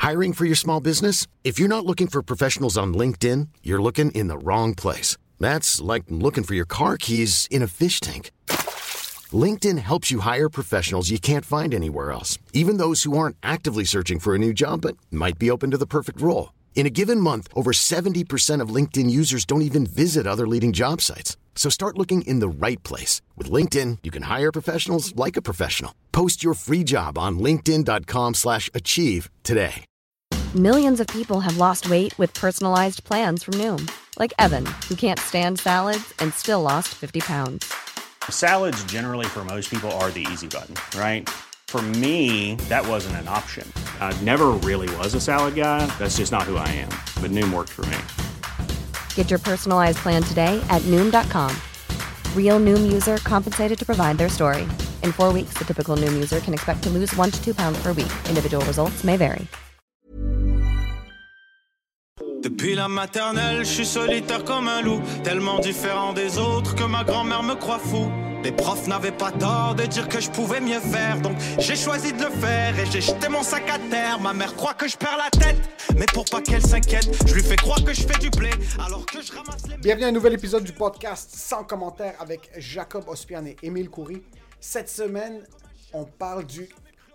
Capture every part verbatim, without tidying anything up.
Hiring for your small business? If you're not looking for professionals on LinkedIn, you're looking in the wrong place. That's like looking for your car keys in a fish tank. LinkedIn helps you hire professionals you can't find anywhere else, even those who aren't actively searching for a new job but might be open to the perfect role. In a given month, over seventy percent of LinkedIn users don't even visit other leading job sites. So start looking in the right place. With LinkedIn, you can hire professionals like a professional. Post your free job on linkedin.com slash achieve today. Millions of people have lost weight with personalized plans from Noom. Like Evan, who can't stand salads and still lost fifty pounds. Salads generally for most people are the easy button, right? For me, that wasn't an option. I never really was a salad guy. That's just not who I am. But Noom worked for me. Get your personalized plan today at Noom dot com. Real Noom user compensated to provide their story. In four weeks, the typical Noom user can expect to lose one to two pounds per week. Individual results may vary. Depuis la maternelle, je suis solitaire comme un loup, tellement différent des autres que ma grand-mère me croit fou. Les profs n'avaient pas tort de dire que je pouvais mieux faire, donc j'ai choisi de le faire et j'ai jeté mon sac à terre. Ma mère croit que je perds la tête, mais pour pas qu'elle s'inquiète, je lui fais croire que je fais du blé alors que je ramasse les... Bienvenue à un nouvel épisode du podcast Sans commentaire avec Jacob Ospian et Émile Coury. Cette semaine, on parle du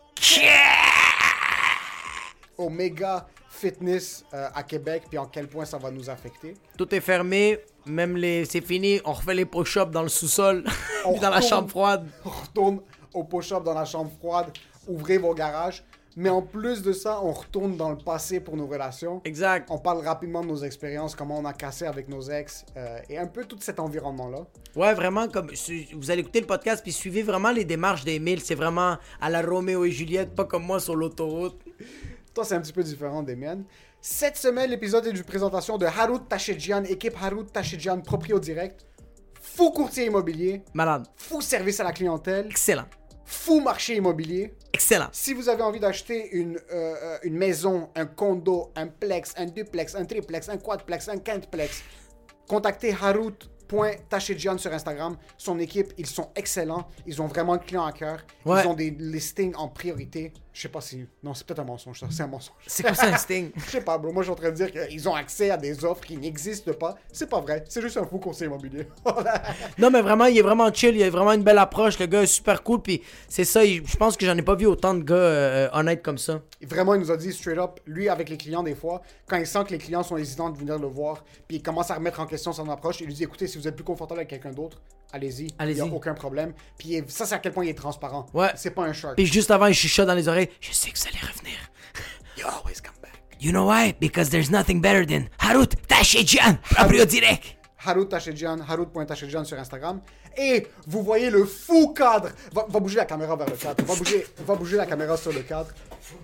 Omega Fitness euh, à Québec, puis en quel point ça va nous affecter. Tout est fermé, même les... c'est fini, on refait les push-ups dans le sous-sol, dans retourne, la chambre froide. On retourne au push-up dans la chambre froide, ouvrez vos garages. Mais en plus de ça, on retourne dans le passé pour nos relations. Exact. On parle rapidement de nos expériences, comment on a cassé avec nos ex, euh, et un peu tout cet environnement-là. Ouais, vraiment, comme vous allez écouter le podcast, puis suivez vraiment les démarches d'Émile. C'est vraiment à la Roméo et Juliette, pas comme moi sur l'autoroute. Toi, c'est un petit peu différent des miennes. Cette semaine, l'épisode est d'une présentation de Harut Tachedjian, équipe Harut Tachedjian, proprio direct. Fou courtier immobilier. Malade. Fou service à la clientèle. Excellent. Fou marché immobilier. Excellent. Si vous avez envie d'acheter une, euh, une maison, un condo, un plex, un duplex, un triplex, un quadplex, un quintplex, contactez Harut point Tachedjian sur Instagram. Son équipe, ils sont excellents. Ils ont vraiment le client à cœur. Ouais. Ils ont des listings en priorité. Je sais pas si... Non, c'est peut-être un mensonge, ça. C'est un mensonge. C'est quoi ça, un listing? Je sais pas, bro. Moi, je suis en train de dire qu'ils ont accès à des offres qui n'existent pas. C'est pas vrai. C'est juste un fou conseiller immobilier. Non, mais vraiment, il est vraiment chill. Il a vraiment une belle approche. Le gars est super cool. Puis c'est ça, il... je pense que j'en ai pas vu autant de gars euh, honnêtes comme ça. Vraiment, il nous a dit straight up, lui, avec les clients, des fois, quand il sent que les clients sont hésitants de venir le voir, puis il commence à remettre en question son approche, il lui dit, écoutez, si vous êtes plus confortable avec quelqu'un d'autre, allez-y. Allez-y. Il n'y a aucun problème. Puis ça, c'est à quel point il est transparent. Ouais. C'est pas un shark. Puis juste avant, il chuchote dans les oreilles. Je sais que vous allez revenir. You always come back. You know why? Because there's nothing better than Harut Tachedjian, proprio direct. Harut Tachedjian, harut point tachedjian sur Instagram. Et vous voyez le fou cadre. Va, va bouger la caméra vers le cadre. Va bouger, va bouger la caméra sur le cadre.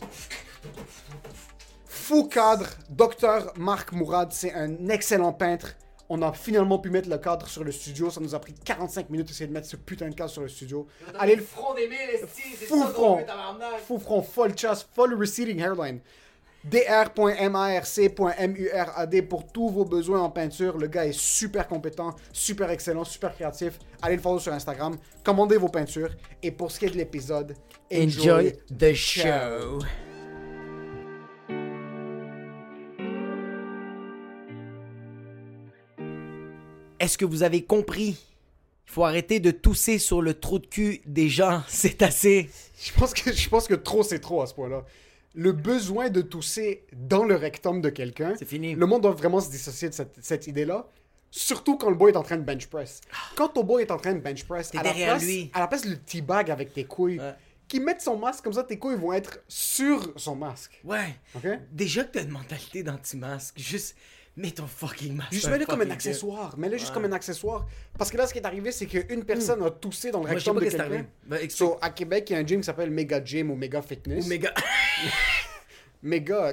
Fou cadre, docteur Marc Mourad, c'est un excellent peintre. On a finalement pu mettre le cadre sur le studio. Ça nous a pris quarante-cinq minutes d'essayer de mettre ce putain de cadre sur le studio. Allez, le front d'Émile, fou front, fou front, full chasse, full receding hairline. d r point marc point murad pour tous vos besoins en peinture. Le gars est super compétent, super excellent, super créatif. Allez le follow sur Instagram. Commandez vos peintures. Et pour ce qui est de l'épisode, enjoy, enjoy the show. Est-ce que vous avez compris? Il faut arrêter de tousser sur le trou de cul des gens. C'est assez. Je pense que, je pense que trop, c'est trop à ce point-là. Le besoin de tousser dans le rectum de quelqu'un, c'est fini. Le monde doit vraiment se dissocier de cette, cette idée-là. Surtout quand le boy est en train de bench press. Quand ton boy est en train de bench press, T'es à la, derrière place, lui. à la place le teabag avec tes couilles, ouais. Qui mettent son masque, comme ça tes couilles vont être sur son masque. Ouais. Okay? Déjà que t'as une mentalité d'anti-masque, juste... Mets ton fucking masque. Juste mets-le comme un accessoire. Mets-le juste ouais. comme un accessoire. Parce que là, ce qui est arrivé, c'est qu'une personne mmh. a toussé dans le rectum de quelqu'un. Ben, so, à Québec, il y a un gym qui s'appelle Mega Gym ou Mega Fitness. Ou Mega... Mega...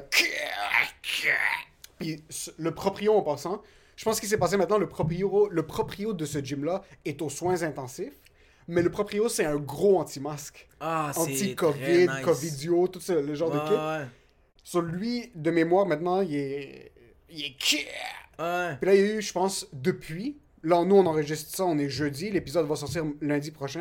Puis le proprio en passant, je pense qu'il s'est passé maintenant, le proprio, le proprio de ce gym-là est aux soins intensifs. Mais le proprio, c'est un gros anti-masque. Ah, c'est anti-Covid, nice. Covidio, tout ce, le genre ouais, de kit. Ouais. Sur lui, de mémoire, maintenant, il est... Il est... Ouais. Puis là, il y a eu, je pense, depuis... Là, nous, on enregistre ça, on est jeudi. L'épisode va sortir lundi prochain.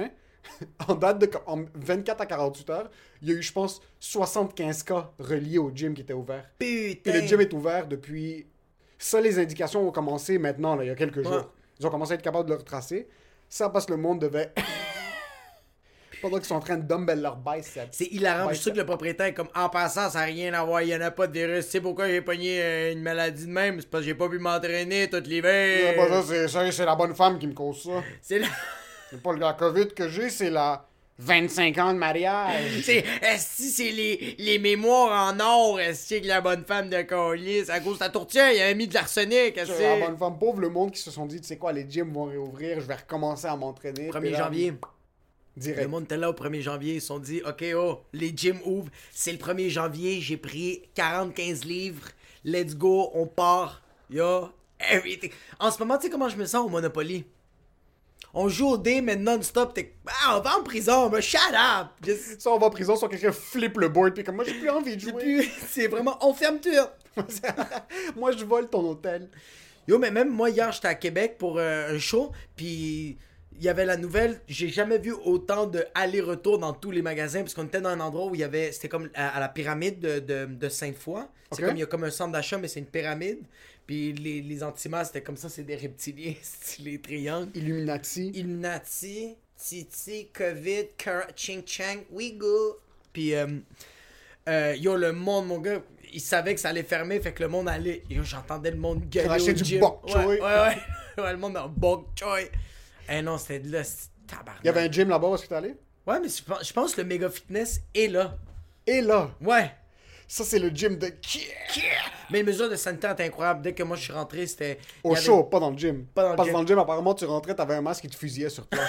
en date de en vingt-quatre à quarante-huit heures, il y a eu, je pense, soixante-quinze cas reliés au gym qui était ouvert. Putain! Et le gym est ouvert depuis... Ça, les indications ont commencé maintenant, là, il y a quelques Ouais. jours. Ils ont commencé à être capables de le retracer. Ça, parce que le monde devait... Pendant qu'ils sont en train de dumbbell leur biceps. C'est hilarant, je Biceps. suis sûr que le propriétaire est comme en passant, ça n'a rien à voir, il n'y en a pas de virus. Tu sais pourquoi j'ai pogné euh, une maladie de même? C'est parce que j'ai pas pu m'entraîner tout C'est l'hiver. pas ça, c'est ça, c'est la bonne femme qui me cause ça. C'est là. C'est pas la COVID que j'ai, c'est la vingt-cinq ans de mariage. C'est, esti, c'est les, les mémoires en or, esti, que la bonne femme de Collier. C'est à cause de la tourtière, il avait mis de l'arsenic, esti. C'est la bonne femme pauvre, le monde qui se sont dit, tu sais quoi, les gyms vont réouvrir, je vais recommencer à m'entraîner. premier Puis là, janvier. Direct. Le monde était là au premier janvier, ils se sont dit, OK, oh, les gyms ouvrent, c'est le premier janvier, j'ai pris quarante quinze livres, let's go, on part, yo, everything. En ce moment, tu sais comment je me sens au Monopoly? On joue au dé, mais non-stop, t'es, ah, on va en prison, mais shut up! Just- Ça, on va en prison, soit quelqu'un flippe le board, puis comme moi, j'ai plus envie de C'est jouer. plus- c'est vraiment, on ferme tout! Moi, je vole ton hôtel. Yo, mais même moi, hier, j'étais à Québec pour euh, un show, puis il y avait la nouvelle, j'ai jamais vu autant de aller-retour dans tous les magasins, parce qu'on était dans un endroit où il y avait, c'était comme à, à la pyramide de, de, de Sainte-Foy. C'est Ok. comme, il y a comme un centre d'achat, mais c'est une pyramide. Puis les, les antimals, c'était comme ça, c'est des reptiliens, stylés triangles. Illuminati. Illuminati, Titi, COVID, Kara, Ching Chang, we go. Puis, euh, euh, yo, le monde, mon gars, il savait que ça allait fermer, fait que le monde allait. Yo, j'entendais le monde gueuler. Cracher au du gym. bok Ouais, choy. ouais, ouais. Ouais, le monde en bok choy. Eh non, c'était de là, c'était tabarnak. Il y avait un gym là-bas où est-ce que t'es allé? Ouais, mais je pense, je pense que le méga fitness est là. Et là, Ouais. ça, c'est le gym de... Mais les mesures de sanitaire étaient incroyables. Dès que moi je suis rentré, c'était. il Au y avait- show, pas dans le gym. Pas dans le Parce que gym. dans le gym, apparemment, tu rentrais, t'avais un masque qui te fusillait sur place.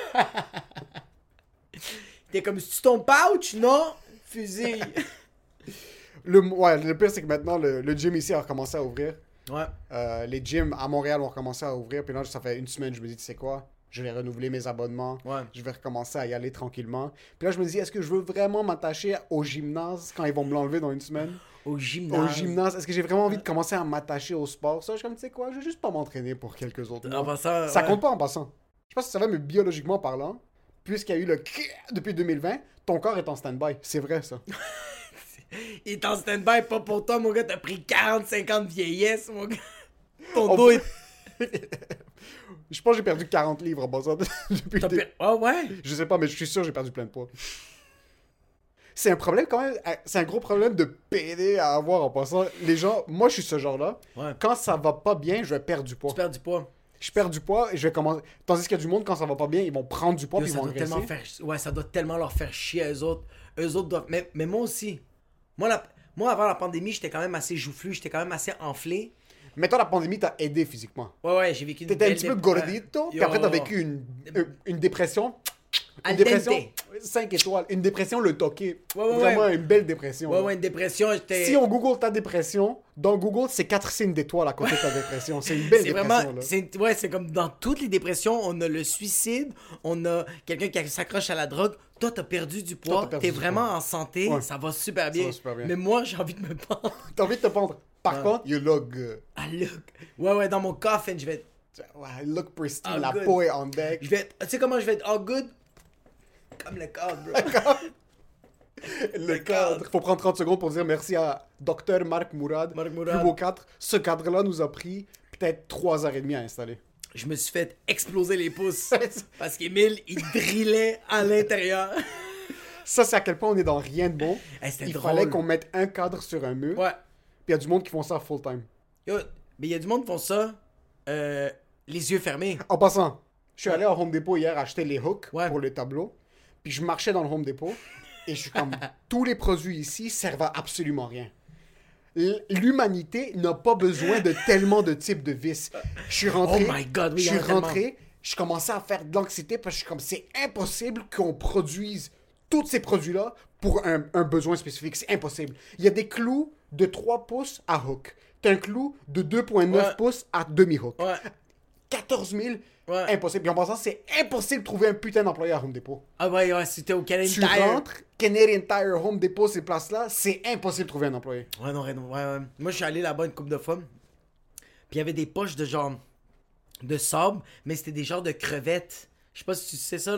T'es comme, si tu tombes pouch, non? Fusil. le, ouais, le pire, c'est que maintenant, le, le gym ici a recommencé à ouvrir. Ouais. Euh, les gyms à Montréal ont recommencé à ouvrir. Puis là, ça fait une semaine, je me dis, tu sais quoi? Je vais renouveler mes abonnements. Ouais. Je vais recommencer à y aller tranquillement. Puis là, je me dis, est-ce que je veux vraiment m'attacher au gymnase quand ils vont me l'enlever dans une semaine? Au gymnase. Au gymnase. Est-ce que j'ai vraiment envie de commencer à m'attacher au sport? Ça, je suis comme, tu sais quoi? Je vais juste pas m'entraîner pour quelques autres mois. En passant, Ça ouais. compte pas en passant. Je sais pas si ça va, mais biologiquement parlant, puisqu'il y a eu le depuis deux mille vingt, ton corps est en stand-by. C'est vrai, ça. Il est en stand-by, pas pour toi, mon gars. T'as pris quarante-cinq ans de vieillesse, mon gars. Ton On dos est. Je pense que j'ai perdu quarante livres en passant depuis T'as le dé- per- Ah ouais? Je sais pas, mais je suis sûr que j'ai perdu plein de poids. C'est un problème quand même. C'est un gros problème de P D à avoir en passant. Les gens, moi je suis ce genre-là. Ouais. Quand ça va pas bien, je vais perdre du poids. Tu perds du poids. Je perds du poids et je vais commencer. Tandis qu'il y a du monde, quand ça va pas bien, ils vont prendre du poids Yo, puis ils ça vont doit tellement engraisser. faire... Ouais, ça doit tellement leur faire chier à eux autres. Eux autres doivent... Mais, mais moi aussi. Moi, la... moi, avant la pandémie, j'étais quand même assez joufflu. J'étais quand même assez enflé. Mais toi, la pandémie t'a aidé physiquement. Ouais, ouais, j'ai vécu une T'étais un belle petit peu dé- gordito, Ouais. puis après Yo. t'as vécu une, une, une dépression. Une Al dépression dente. cinq étoiles. Une dépression le toqué. Ouais, ouais, Vraiment ouais. une belle dépression. Ouais, là. ouais, une dépression, j'étais... Si on google ta dépression, dans Google, c'est quatre signes d'étoiles à côté de ta dépression. C'est une belle C'est dépression. vraiment, là. c'est, ouais, c'est comme dans toutes les dépressions, on a le suicide, on a quelqu'un qui s'accroche à la drogue. Toi, t'as perdu du Toi, poids, t'as perdu t'es du vraiment poids. en santé, Ouais. ça va super bien. va super bien. Mais moi, j'ai envie de me pendre. T'as envie de te pendre. Par contre, you look good. Ah, look. Ouais, ouais, dans mon coffin, je vais être, Ouais, you look pristine. Ah, la good. peau est en deck. je vais être, tu sais comment je vais être all good? Comme le cadre, bro. Le cadre. Faut prendre trente secondes pour dire merci à Docteur Marc Mourad. Marc Mourad. Plus beau cadre. Ce cadre-là nous a pris peut-être trois heures et demie à installer. Je me suis fait exploser les pouces. Parce qu'Emile, il drillait à l'intérieur. Ça, c'est à quel point on est dans rien de bon. Hey, c'était Il drôle. fallait qu'on mette un cadre sur un mur. Ouais. Puis il y a du monde qui font ça full time. Yo, mais il y a du monde qui font ça, euh, les yeux fermés. En passant, je suis allé au Home Depot hier acheter les hooks Ouais. pour le tableau. Puis je marchais dans le Home Depot. Et je suis comme, tous les produits ici servent à absolument rien. L- L'humanité n'a pas besoin de tellement de types de vis. Je suis rentré. Oh my God, oui, je il y suis en a tellement. rentré. Je commençais à faire de l'anxiété parce que je suis comme, c'est impossible qu'on produise tous ces produits-là pour un, un besoin spécifique. C'est impossible. Il y a des clous de trois pouces à hook. T'as un clou de deux virgule neuf Ouais. pouces à demi-hook. Ouais. quatorze mille, Ouais. impossible. Puis en passant, c'est impossible de trouver un putain d'employé à Home Depot. Ah ouais, ouais, c'était au Canadian Tu Tire. rentres, Canadian Tire, Home Depot, ces places-là, c'est impossible de trouver un employé. Ouais, non, ouais, non, ouais, ouais. Moi, je suis allé là-bas une couple de fois. Puis il y avait des poches de genre de sable, mais c'était des genres de crevettes. Je sais pas si tu sais ça, là.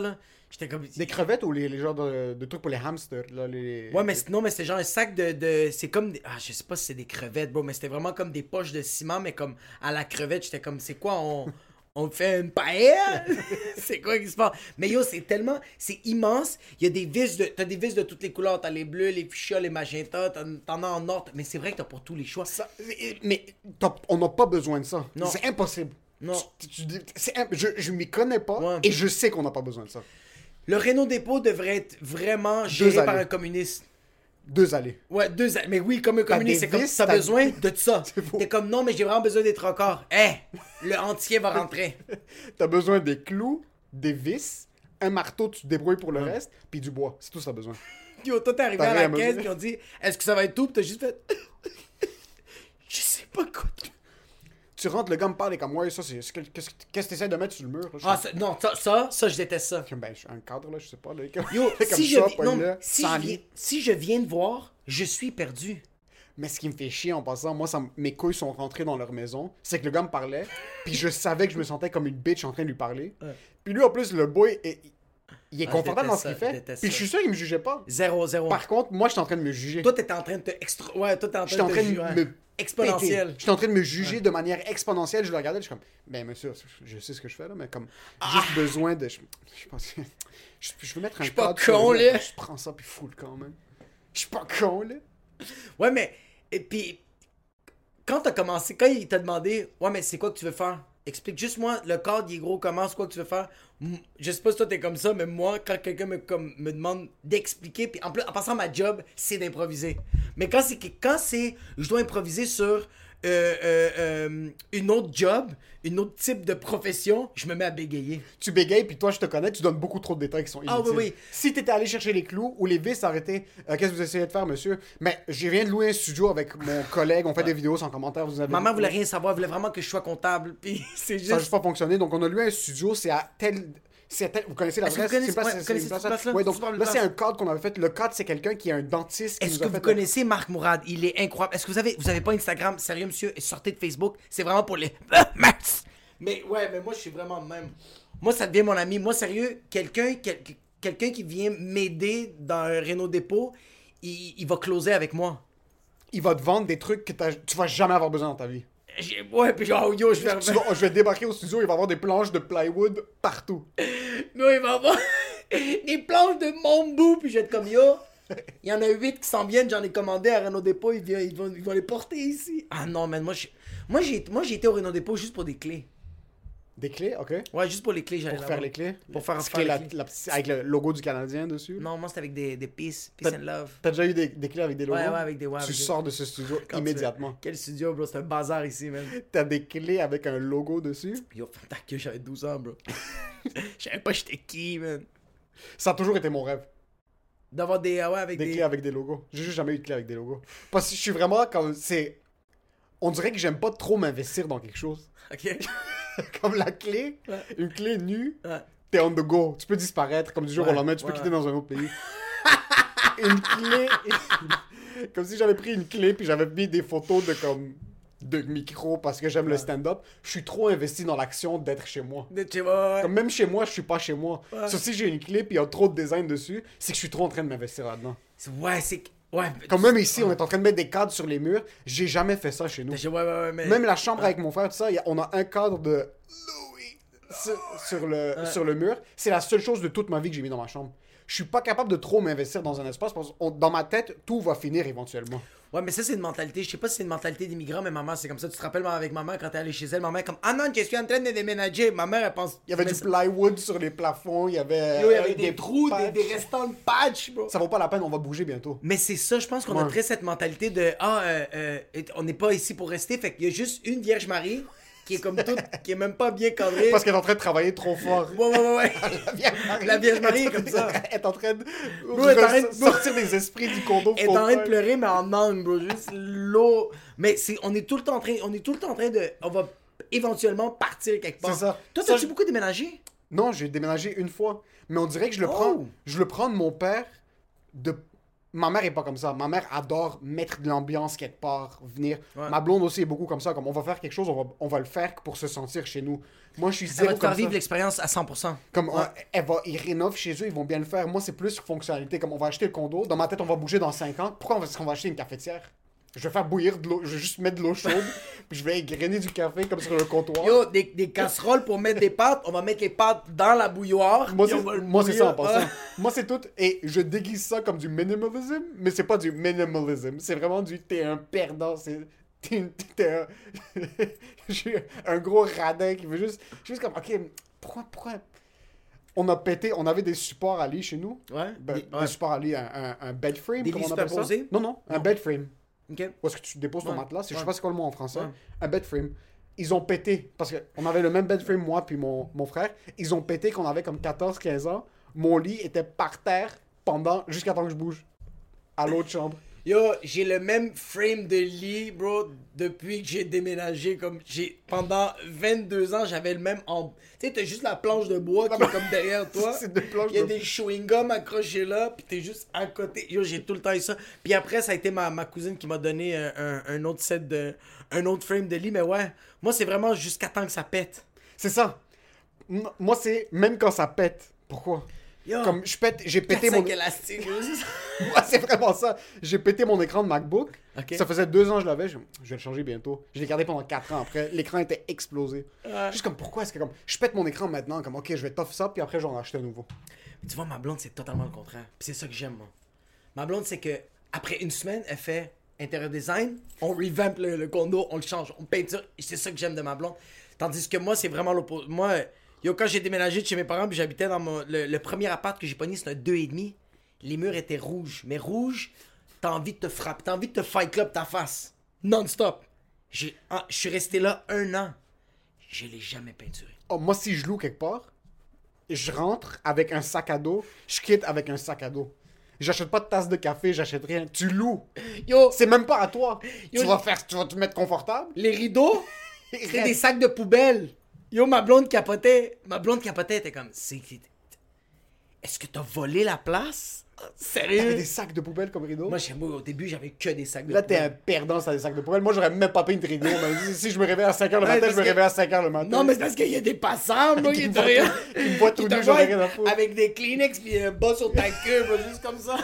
J'étais comme... Des crevettes ou les, les genres de, de trucs pour les hamsters, là, les... Ouais, mais c'est- non, mais c'était genre un sac de... de c'est comme... Des, ah, je sais pas si c'est des crevettes, bro, mais c'était vraiment comme des poches de ciment, mais comme à la crevette, j'étais comme, c'est quoi, on... On fait une paella? C'est quoi qui se passe? Mais yo, c'est tellement... C'est immense. Il y a des vis de... T'as des vis de toutes les couleurs. T'as les bleus, les fuchsias, les magentas. T'en, t'en as en or. Mais c'est vrai que t'as pour tous les choix. Ça- mais t'as- on n'a pas besoin de ça. Non. C'est impossible. Non. Tu- tu- tu- c'est imp- je je m'y connais pas Ouais. et je sais qu'on n'a pas besoin de ça. Le Renault Dépôt devrait être vraiment géré par allées. un communiste. Deux allées. Ouais, deux... Mais oui, comme un communiste, des c'est comme... vis, T'as t'as- besoin de ça. C'est faux. T'es comme, non, mais j'ai vraiment besoin d'être encore. Eh, le entier va rentrer. T'as besoin des clous, des vis, un marteau, tu te débrouilles pour le reste, puis du bois. C'est tout ça besoin. Yo, toi, t'es arrivé T'as à la rien caisse, besoin. puis on dit, est-ce que ça va être tout? Puis t'as juste fait... Je sais pas quoi. Tu rentres, le gars me parle et comme, ouais, ça, c'est. c'est- Qu'est-ce qu'est-ce que t'essaies de mettre sur le mur? Là? Je Ah, suis ça- non, ça, ça, ça, je déteste ça. comme, ben, je suis un cadre, là, je sais pas. Là, comme, Yo, comme si, je, ça, vi- pas non, là, si, sans je viens, lit. si je viens de voir, je suis perdu. Mais ce qui me fait chier en passant, moi, ça, m- mes couilles sont rentrées dans leur maison. C'est que le gars me parlait, puis je savais que je me sentais comme une bitch en train de lui parler. Ouais. Puis lui, en plus, le boy, est- il est Ah, je confortable dans déteste ce qu'il ça, je fait. déteste Puis je ça. suis sûr qu'il me jugeait pas. Zéro, zéro. Par contre, moi, j'étais en train de me juger. Toi, t'étais en train de te extra... Ouais, toi, t'es en train J'étais en de train te de ju- ouais. me Exponentiel. péter. J'étais en train de me juger de manière exponentielle. Je le regardais, je suis comme, ben monsieur, je sais ce que je fais là, mais comme, j'ai juste besoin de. Je, je pense que. Je, je veux mettre un Je suis pas cadre sur con, le mur, là. Je prends ça puis fous le quand même. Je suis pas con, là. Ouais, mais... Et puis... Quand t'as commencé... Quand il t'a demandé... Ouais, mais c'est quoi que tu veux faire? Explique juste moi, le cadre, il est gros, comment, c'est quoi que tu veux faire? M- Je sais pas si toi t'es comme ça, mais moi, quand quelqu'un me, comme, me demande d'expliquer, puis en plus, en passant, ma job, c'est d'improviser. Mais quand c'est... que- Quand c'est... Je dois improviser sur... Euh, euh, euh, une autre job, une autre type de profession, je me mets à bégayer. Tu bégayes, puis toi, je te connais, tu donnes beaucoup trop de détails qui sont inutiles. Ah oui, oui. Si t'étais allé chercher les clous ou les vis arrêtées, euh, qu'est-ce que vous essayez de faire, monsieur? Mais je viens de louer un studio avec mon collègue, on fait des vidéos sans commentaire, vous avez... Maman voulait rien savoir, elle voulait vraiment que je sois comptable, puis c'est Ça n'a juste juste... pas fonctionné, donc on a loué un studio, c'est à tel... C'est à tel... Vous connaissez Est-ce que l'adresse? vous connaissez- C'est une place- ouais, c'est vous une connaissez place- cette place-là? Ouais, donc Super belle là, c'est place. un cadre qu'on avait fait. Le cadre, c'est quelqu'un qui est un dentiste qui Est-ce nous que a vous fait... connaissez Marc Mourad? Il est incroyable. Est-ce que vous avez, vous avez pas Instagram? Sérieux, monsieur? Sortez de Facebook. C'est vraiment pour les... Mais ouais, mais moi, je suis vraiment de même. Moi, ça devient mon ami. Moi, sérieux, quelqu'un quel- quelqu'un qui vient m'aider dans un Renault Dépôt, il, il va closer avec moi. Il va te vendre des trucs que t'as- tu vas jamais avoir besoin dans ta vie. J'ai- Ouais, puis genre, yo, je vais... Tu vas- je vais débarquer au studio, il va y avoir des planches de plywood partout. Non, il va avoir des planches de mon bout, puis je vais être comme, yo, il y en a huit qui s'en viennent, j'en ai commandé à Renault Dépôt, ils, viennent- ils, vont, ils vont les porter ici. Ah non, man, moi, je- moi, j'ai moi, j'ai été au Renault Dépôt juste pour des clés. Des clés, ok? Ouais, juste pour les clés, j'allais Pour là-bas. faire les clés. Pour faire- Petite faire clé, les la- clés. la petite- avec le logo du Canadien dessus. Non, moi, c'était avec des, des peace, peace T'as- and love. T'as déjà eu des, des clés avec des logos? Ouais, ouais, avec des... Ouais, Tu avec des- sors de ce studio Quand tu- immédiatement. Quel studio, bro, c'est un bazar ici, man. T'as des clés avec un logo dessus. Yo, ferme ta gueule, j'avais douze ans, bro. Je savais pas j'étais qui, man. Ça a toujours été mon rêve. D'avoir des... ah ouais, avec Des, des... clés avec des logos. J'ai juste jamais eu de clés avec des logos. Parce que je suis vraiment comme... c'est... On dirait que j'aime pas trop m'investir dans quelque chose. Ok. Comme la clé, Ouais. une clé nue, Ouais. t'es on the go. Tu peux disparaître comme du jour Ouais, au lendemain, tu peux ouais, quitter ouais. dans un autre pays. Une clé... comme si j'avais pris une clé puis j'avais mis des photos de comme... de micro parce que j'aime le stand-up. Je suis trop investi dans l'action d'être chez moi. De- tu vois, ouais. Comme même chez moi, je suis pas chez moi. Ouais. Sauf si j'ai une clé puis il y a trop de design dessus, c'est que je suis trop en train de m'investir là-dedans. Ouais, c'est... que- Ouais. Comme même ici, on est en train de mettre des cadres sur les murs. J'ai jamais fait ça chez nous. Ouais, ouais, ouais, mais... Même la chambre avec mon frère, tout ça, y a- on a un cadre de Louis sur, sur le, Ouais. sur le mur. C'est la seule chose de toute ma vie que j'ai mis dans ma chambre. Je suis pas capable de trop m'investir dans un espace parce que dans ma tête, tout va finir éventuellement. Ouais, mais ça, c'est une mentalité. Je sais pas si c'est une mentalité d'immigrant, mais maman, c'est comme ça. Tu te rappelles, maman, avec maman, quand t'es allé chez elle, maman est comme, ah non, je suis en train de déménager. Ma mère, elle pense. Il y avait mais du ça- plywood sur les plafonds, il y avait, Yo, il y avait euh, des, trous, des, patchs. des restants de patch, bro. Ça vaut pas la peine, on va bouger bientôt. Mais c'est ça, je pense qu'on a Ouais. très cette mentalité de, ah, euh, euh, on n'est pas ici pour rester. Fait qu'il y a juste une Vierge Marie qui est comme toute, qui est même pas bien cadrée. Parce qu'elle est en train de travailler trop fort. Ouais, ouais, ouais, ouais. La Vierge Marie, La Vierge Marie est comme ça. Elle est en train de, Bro, elle est en train de- sortir des esprits du condo. Elle est en train de pleurer, mais en angle, bro. Juste l'eau. Mais c'est, on est tout le temps en train, on est tout le temps en train de, on va éventuellement partir quelque part. C'est ça. Toi, Ça, t'as-tu je- beaucoup déménagé? Non, j'ai déménagé une fois. Mais on dirait que je le Oh. prends je le prends de mon père de Ma mère est pas comme ça. Ma mère adore mettre de l'ambiance quelque part, venir. Ouais. Ma blonde aussi est beaucoup comme ça. Comme on va faire quelque chose, on va, on va le faire pour se sentir chez nous. Moi, je suis Ça zéro va te comme faire vivre ça. l'expérience à cent pour cent. Comme Ouais. on- elle va, ils rénovent chez eux, ils vont bien le faire. Moi, c'est plus sur fonctionnalité. Comme on va acheter le condo. Dans ma tête, on va bouger dans cinq ans. Pourquoi est-ce qu'on va acheter une cafetière? Je vais faire bouillir de l'eau. Je vais juste mettre de l'eau chaude. Puis je vais égrener du café comme sur le comptoir. Yo, des, des casseroles pour mettre des pâtes. On va mettre les pâtes dans la bouilloire. Moi, puis c'est, on va le moi, c'est ça en bouillir. passant. Ouais. Moi, c'est tout. Et je déguise ça comme du minimalism, mais c'est pas du minimalism. C'est vraiment du t'es un perdant. C'est, t'es, t'es un, j'ai un gros radin qui veut juste. Juste comme, ok, pourquoi, pourquoi. On a pété, on avait des supports à lit chez nous. Ouais. Ben, Des- des ouais. supports à lit, un, un, un bed frame, Des comme lits on appelle ça. superposés? Non, non, un Non. bed frame. Ok. Où est-ce que tu déposes ton Ouais. matelas? C'est- Je Ouais. sais pas c'est quoi le mot en français. Ouais. Un bed frame. Ils ont pété, parce qu'on avait le même bed frame, moi puis mon, mon frère. Ils ont pété qu'on avait comme quatorze quinze ans. Mon lit était par terre pendant, jusqu'à temps que je bouge. À l'autre chambre. Yo, j'ai le même frame de lit, bro, depuis que j'ai déménagé. Comme j'ai pendant vingt-deux ans, j'avais le même en. Tu sais, t'as juste la planche de bois qui est comme derrière toi. C'est des planches Il y a de- des chewing-gums accrochés là, puis t'es juste à côté. Yo, j'ai tout le temps eu ça. Puis après, ça a été ma, ma cousine qui m'a donné un, un, un autre set de. Un autre frame de lit. Mais ouais, moi, c'est vraiment jusqu'à temps que ça pète. C'est ça. M- Moi, c'est même quand ça pète. Pourquoi? Yo, Comme je pète, j'ai pété mon. cinq élastiques. Ouais, c'est vraiment ça. J'ai pété mon écran de MacBook. Ok. Ça faisait deux ans que je l'avais. Je, je vais le changer bientôt. Je l'ai gardé pendant quatre ans après. L'écran était explosé. Ouais. Juste comme pourquoi est-ce que comme je pète mon écran maintenant comme ok je vais tough ça puis après je vais en acheter un nouveau. Tu vois, ma blonde, c'est totalement le contraire. Puis c'est ça que j'aime, moi. Ma blonde, c'est que après une semaine, elle fait intérieur design, on revamp le, le condo, on le change, on peinture. Et c'est ça que j'aime de ma blonde. Tandis que moi, c'est vraiment l'opposé. Moi, yo, quand j'ai déménagé de chez mes parents, puis j'habitais dans mon, le, le premier appart que j'ai pogné, c'était un deux et demi. Les murs étaient rouges. Mais rouge, t'as envie de te frapper, t'as envie de te fight club ta face. Non-stop. J'ai, ah, je suis resté là un an. Je l'ai jamais peinturé. Oh, moi si je loue quelque part, je rentre avec un sac à dos, je quitte avec un sac à dos. J'achète pas de tasse de café, j'achète rien. Tu loues. Yo, C'est même pas à toi. Yo, tu vas faire, tu vas te mettre confortable. les rideaux, c'était des sacs de poubelle. Yo, ma blonde capotait. Ma blonde capotait, elle était comme, c'est... Est-ce que t'as volé la place? T'avais Sérieux? des sacs de poubelle comme rideau. Moi, moi, au début, j'avais que des sacs de Là, t'es un poubelle. perdant, ça des sacs de poubelle. Moi, j'aurais même pas pris une rideau. Mais si je me réveille à cinq heures le Ouais, matin, parce je me que- réveille à cinq heures le matin. Non, mais c'est parce qu'il y a des passants, bro, Qui qui me te voient regardent. tout- qui me voient tout Ils te nu, j'en ai voient rien à foutre. avec des Kleenex pis un bas sur ta queue, bro, juste comme ça.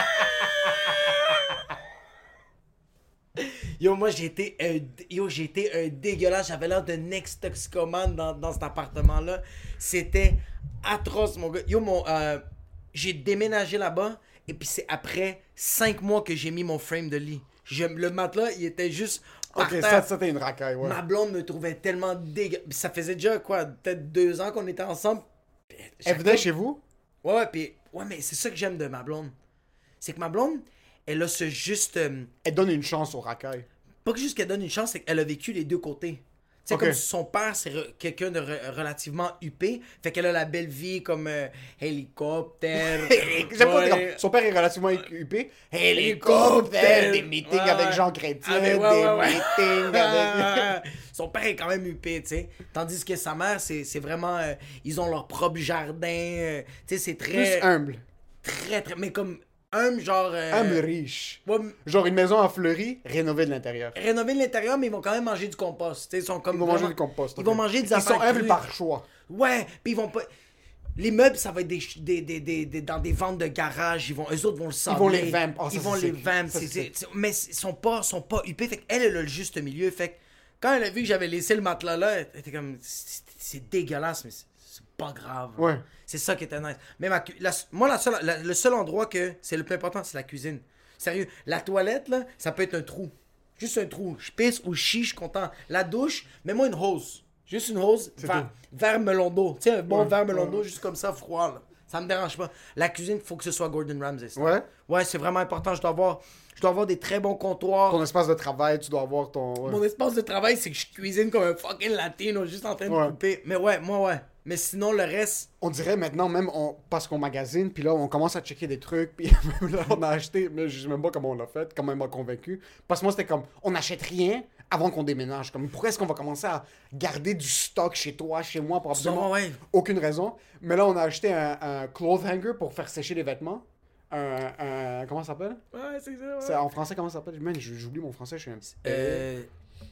Yo, moi, j'ai été un, yo, j'ai été un dégueulasse. J'avais l'air de next toxicomane dans, dans cet appartement-là. C'était atroce, mon gars. Yo, mon, euh, j'ai déménagé là-bas. Et puis c'est après cinq mois que j'ai mis mon frame de lit. Je, le matelas, il était juste par Ok, terre. ça, ça t'es une racaille, ouais. Ma blonde me trouvait tellement dégueu. Ça faisait déjà, quoi, peut-être deux ans qu'on était ensemble. Elle Chaque venait fois- chez vous? Ouais, ouais, puis... Ouais, mais c'est ça que j'aime de ma blonde. C'est que ma blonde, elle a ce juste... euh, Elle donne une chance aux racailles. pas que juste qu'elle donne une chance, c'est qu'elle a vécu les deux côtés. Tu sais, Ok. comme son père, c'est re- quelqu'un de re- relativement huppé. Fait qu'elle a la belle vie comme euh, hélicoptère. J'aime pas ouais. comme- son père est relativement occupé. Hélicoptère, des meetings Ouais. avec Jean Chrétien, Avec- des ouais, ouais, ouais. meetings avec... Son père est quand même huppé, tu sais. Tandis que sa mère, c'est c'est vraiment... euh, ils ont leur propre jardin. euh, tu sais, c'est Plus très... humble. Très, très... Mais comme humble, genre... euh, Humble riche. ouais, m- Genre une maison en fleurie, rénovée de l'intérieur. rénover de l'intérieur, mais ils vont quand même manger du compost. Tu sais, ils sont comme Ils vont vraiment- manger du compost. Ils ok. vont manger des Ils affaires sont humbles crues. par choix. Ouais, puis ils vont pas... Les meubles, ça va être des, ch- des, des, des, des- dans des ventes de garage. Ils vont, eux autres vont le sabler. vont les vamp. Ah, ça, ils vont c'est les sick. vamp. Ça, c'est- c'est c'est- c'est- mais ils sont pas, sont pas huppés. Fait qu'elle, elle a le juste milieu. Fait que quand elle a vu que j'avais laissé le matelas là, elle était comme... C'est c'est dégueulasse, mais c'est c'est pas grave. Ouais. C'est ça qui était nice. Mais ma, cu- la- moi, la seule, la- le seul endroit que c'est le plus important, c'est la cuisine. Sérieux, la toilette, là, ça peut être un trou. Juste un trou. Je pisse ou je chie, je suis content. La douche, mets-moi une hose. Juste une hose vers, vers melon d'eau. Tu sais, un bon Ouais, verre melon ouais. d'eau, juste comme ça, froid, là. Ça me dérange pas. La cuisine, il faut que ce soit Gordon Ramsay. ça. Ouais. Ouais, c'est vraiment important. Je dois avoir, je dois avoir des très bons comptoirs. Ton espace de travail, tu dois avoir ton... ouais. Mon espace de travail, c'est que je cuisine comme un fucking latino, juste en train de Ouais. couper. Mais ouais, moi, ouais. Mais sinon, le reste... On dirait maintenant, même on, parce qu'on magasine, puis là, on commence à checker des trucs, puis même là, on a acheté, mais je sais même pas comment on l'a fait, comment elle m'a convaincu. Parce que moi, c'était comme, on n'achète rien avant qu'on déménage. Comme, pourquoi est-ce qu'on va commencer à garder du stock chez toi, chez moi, pour absolument ouais. aucune raison. Mais là, on a acheté un, un cloth hanger pour faire sécher les vêtements. un, un... Comment ça s'appelle? Ouais, c'est ça. Ouais. C'est, en français, comment ça s'appelle? Man, j'oublie mon français, je suis un petit... Euh...